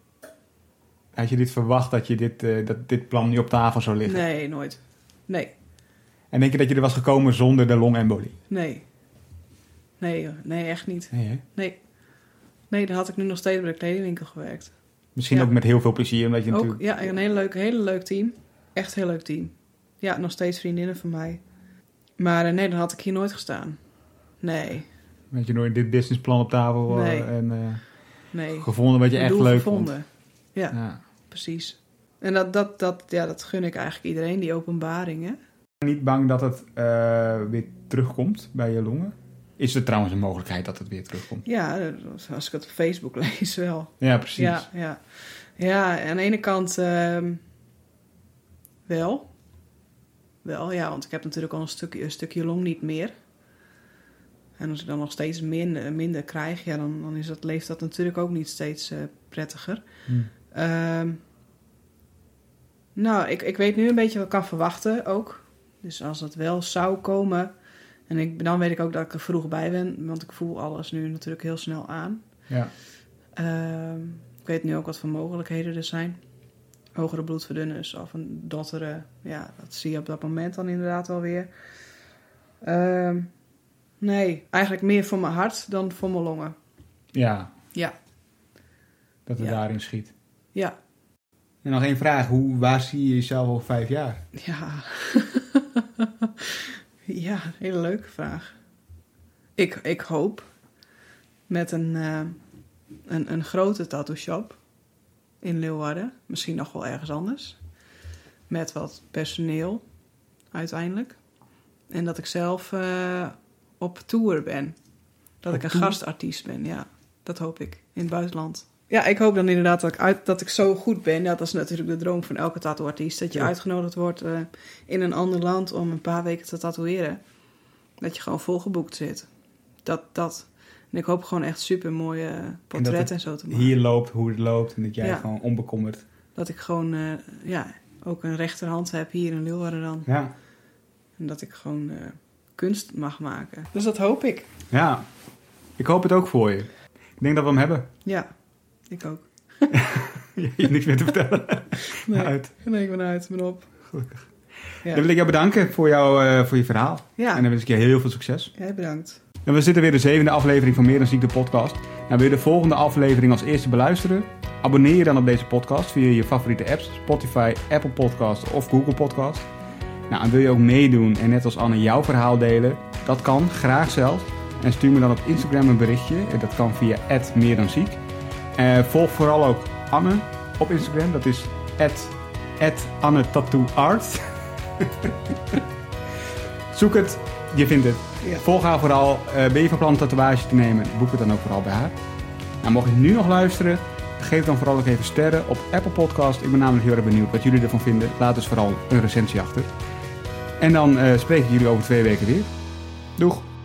Had je dit verwacht dat, je dit, uh, dat dit plan nu op tafel zou liggen? Nee, nooit. Nee. En denk je dat je er was gekomen zonder de longembolie? Nee. Nee, nee, echt niet. Nee, hè? Nee. Nee, dan had ik nu nog steeds bij de kledingwinkel gewerkt. Misschien ja. ook met heel veel plezier, omdat je ook, natuurlijk... Ja, een hele leuk, hele leuk team. Echt een heel leuk team. Ja, nog steeds vriendinnen van mij. Maar uh, nee, dan had ik hier nooit gestaan. Nee. Weet je nooit dit businessplan op tafel nee. en uh, nee. gevonden wat je echt leuk gevonden. vond. Ja, ja, precies. En dat, dat, dat, ja, dat gun ik eigenlijk iedereen, die openbaring. Hè? Niet bang dat het uh, weer terugkomt bij je longen? Is er trouwens een mogelijkheid dat het weer terugkomt? Ja, als ik het op Facebook lees wel. Ja, precies. Ja, ja. ja aan de ene kant uh, wel. Wel, ja, want ik heb natuurlijk al een stukje, een stukje long niet meer. En als ik dan nog steeds minder, minder krijg, ja, dan, dan is dat, leeft dat natuurlijk ook niet steeds uh, prettiger. Hmm. Uh, nou, ik, ik weet nu een beetje wat ik kan verwachten ook. Dus als het wel zou komen... En ik, dan weet ik ook dat ik er vroeg bij ben. Want ik voel alles nu natuurlijk heel snel aan. Ja. Uh, ik weet nu ook wat voor mogelijkheden er zijn. Hogere bloedverdunners of een dotteren. Ja, dat zie je op dat moment dan inderdaad wel weer. Uh, nee, eigenlijk meer voor mijn hart dan voor mijn longen. Ja. Ja. Dat het ja. daarin schiet. Ja. En nog één vraag. Hoe, waar zie je jezelf over vijf jaar? Ja... Ja, een hele leuke vraag. Ik, ik hoop met een, uh, een, een grote tattoo shop in Leeuwarden. Misschien nog wel ergens anders. Met wat personeel uiteindelijk. En dat ik zelf uh, op tour ben. Dat op ik een tour? gastartiest ben, ja. Dat hoop ik. In het buitenland. Ja, ik hoop dan inderdaad dat ik, uit, dat ik zo goed ben. Ja, dat is natuurlijk de droom van elke tattooartiest. Dat je ja. uitgenodigd wordt uh, in een ander land om een paar weken te tatoeëren. Dat je gewoon volgeboekt zit. Dat, dat. En ik hoop gewoon echt super mooie portretten en, en zo te maken. Hier loopt hoe het loopt en dat jij ja. gewoon onbekommerd. Dat ik gewoon, uh, ja, ook een rechterhand heb hier in Leeuwarden dan. Ja. En dat ik gewoon uh, kunst mag maken. Dus dat hoop ik. Ja, ik hoop het ook voor je. Ik denk dat we hem hebben. Ja. Ik ook. Je hebt niks meer te vertellen. Nee, uit. nee, ik ben uit, ik ben op. Gelukkig. Ja. Dan wil ik jou bedanken voor, jou, uh, voor je verhaal. Ja. En dan wens ik je heel veel succes. Jij bedankt. En we zitten weer de zevende aflevering van Meer dan Ziek de podcast. Nou, wil je de volgende aflevering als eerste beluisteren? Abonneer je dan op deze podcast via je favoriete apps. Spotify, Apple Podcast of Google Podcast. Nou, en wil je ook meedoen en net als Anne jouw verhaal delen? Dat kan, graag zelf. En stuur me dan op Instagram een berichtje. Dat kan via at meerdanziek. Uh, volg vooral ook Anne op Instagram. Dat is at, at Anne Tattoo Art. Zoek het, je vindt het. Ja. Volg haar vooral. Uh, ben je van plan een tatoeage te nemen? Boek het dan ook vooral bij haar. Nou, mocht je nu nog luisteren, geef dan vooral ook even sterren op Apple Podcast. Ik ben namelijk heel erg benieuwd wat jullie ervan vinden. Laat dus vooral een recensie achter. En dan uh, spreek ik jullie over twee weken weer. Doeg!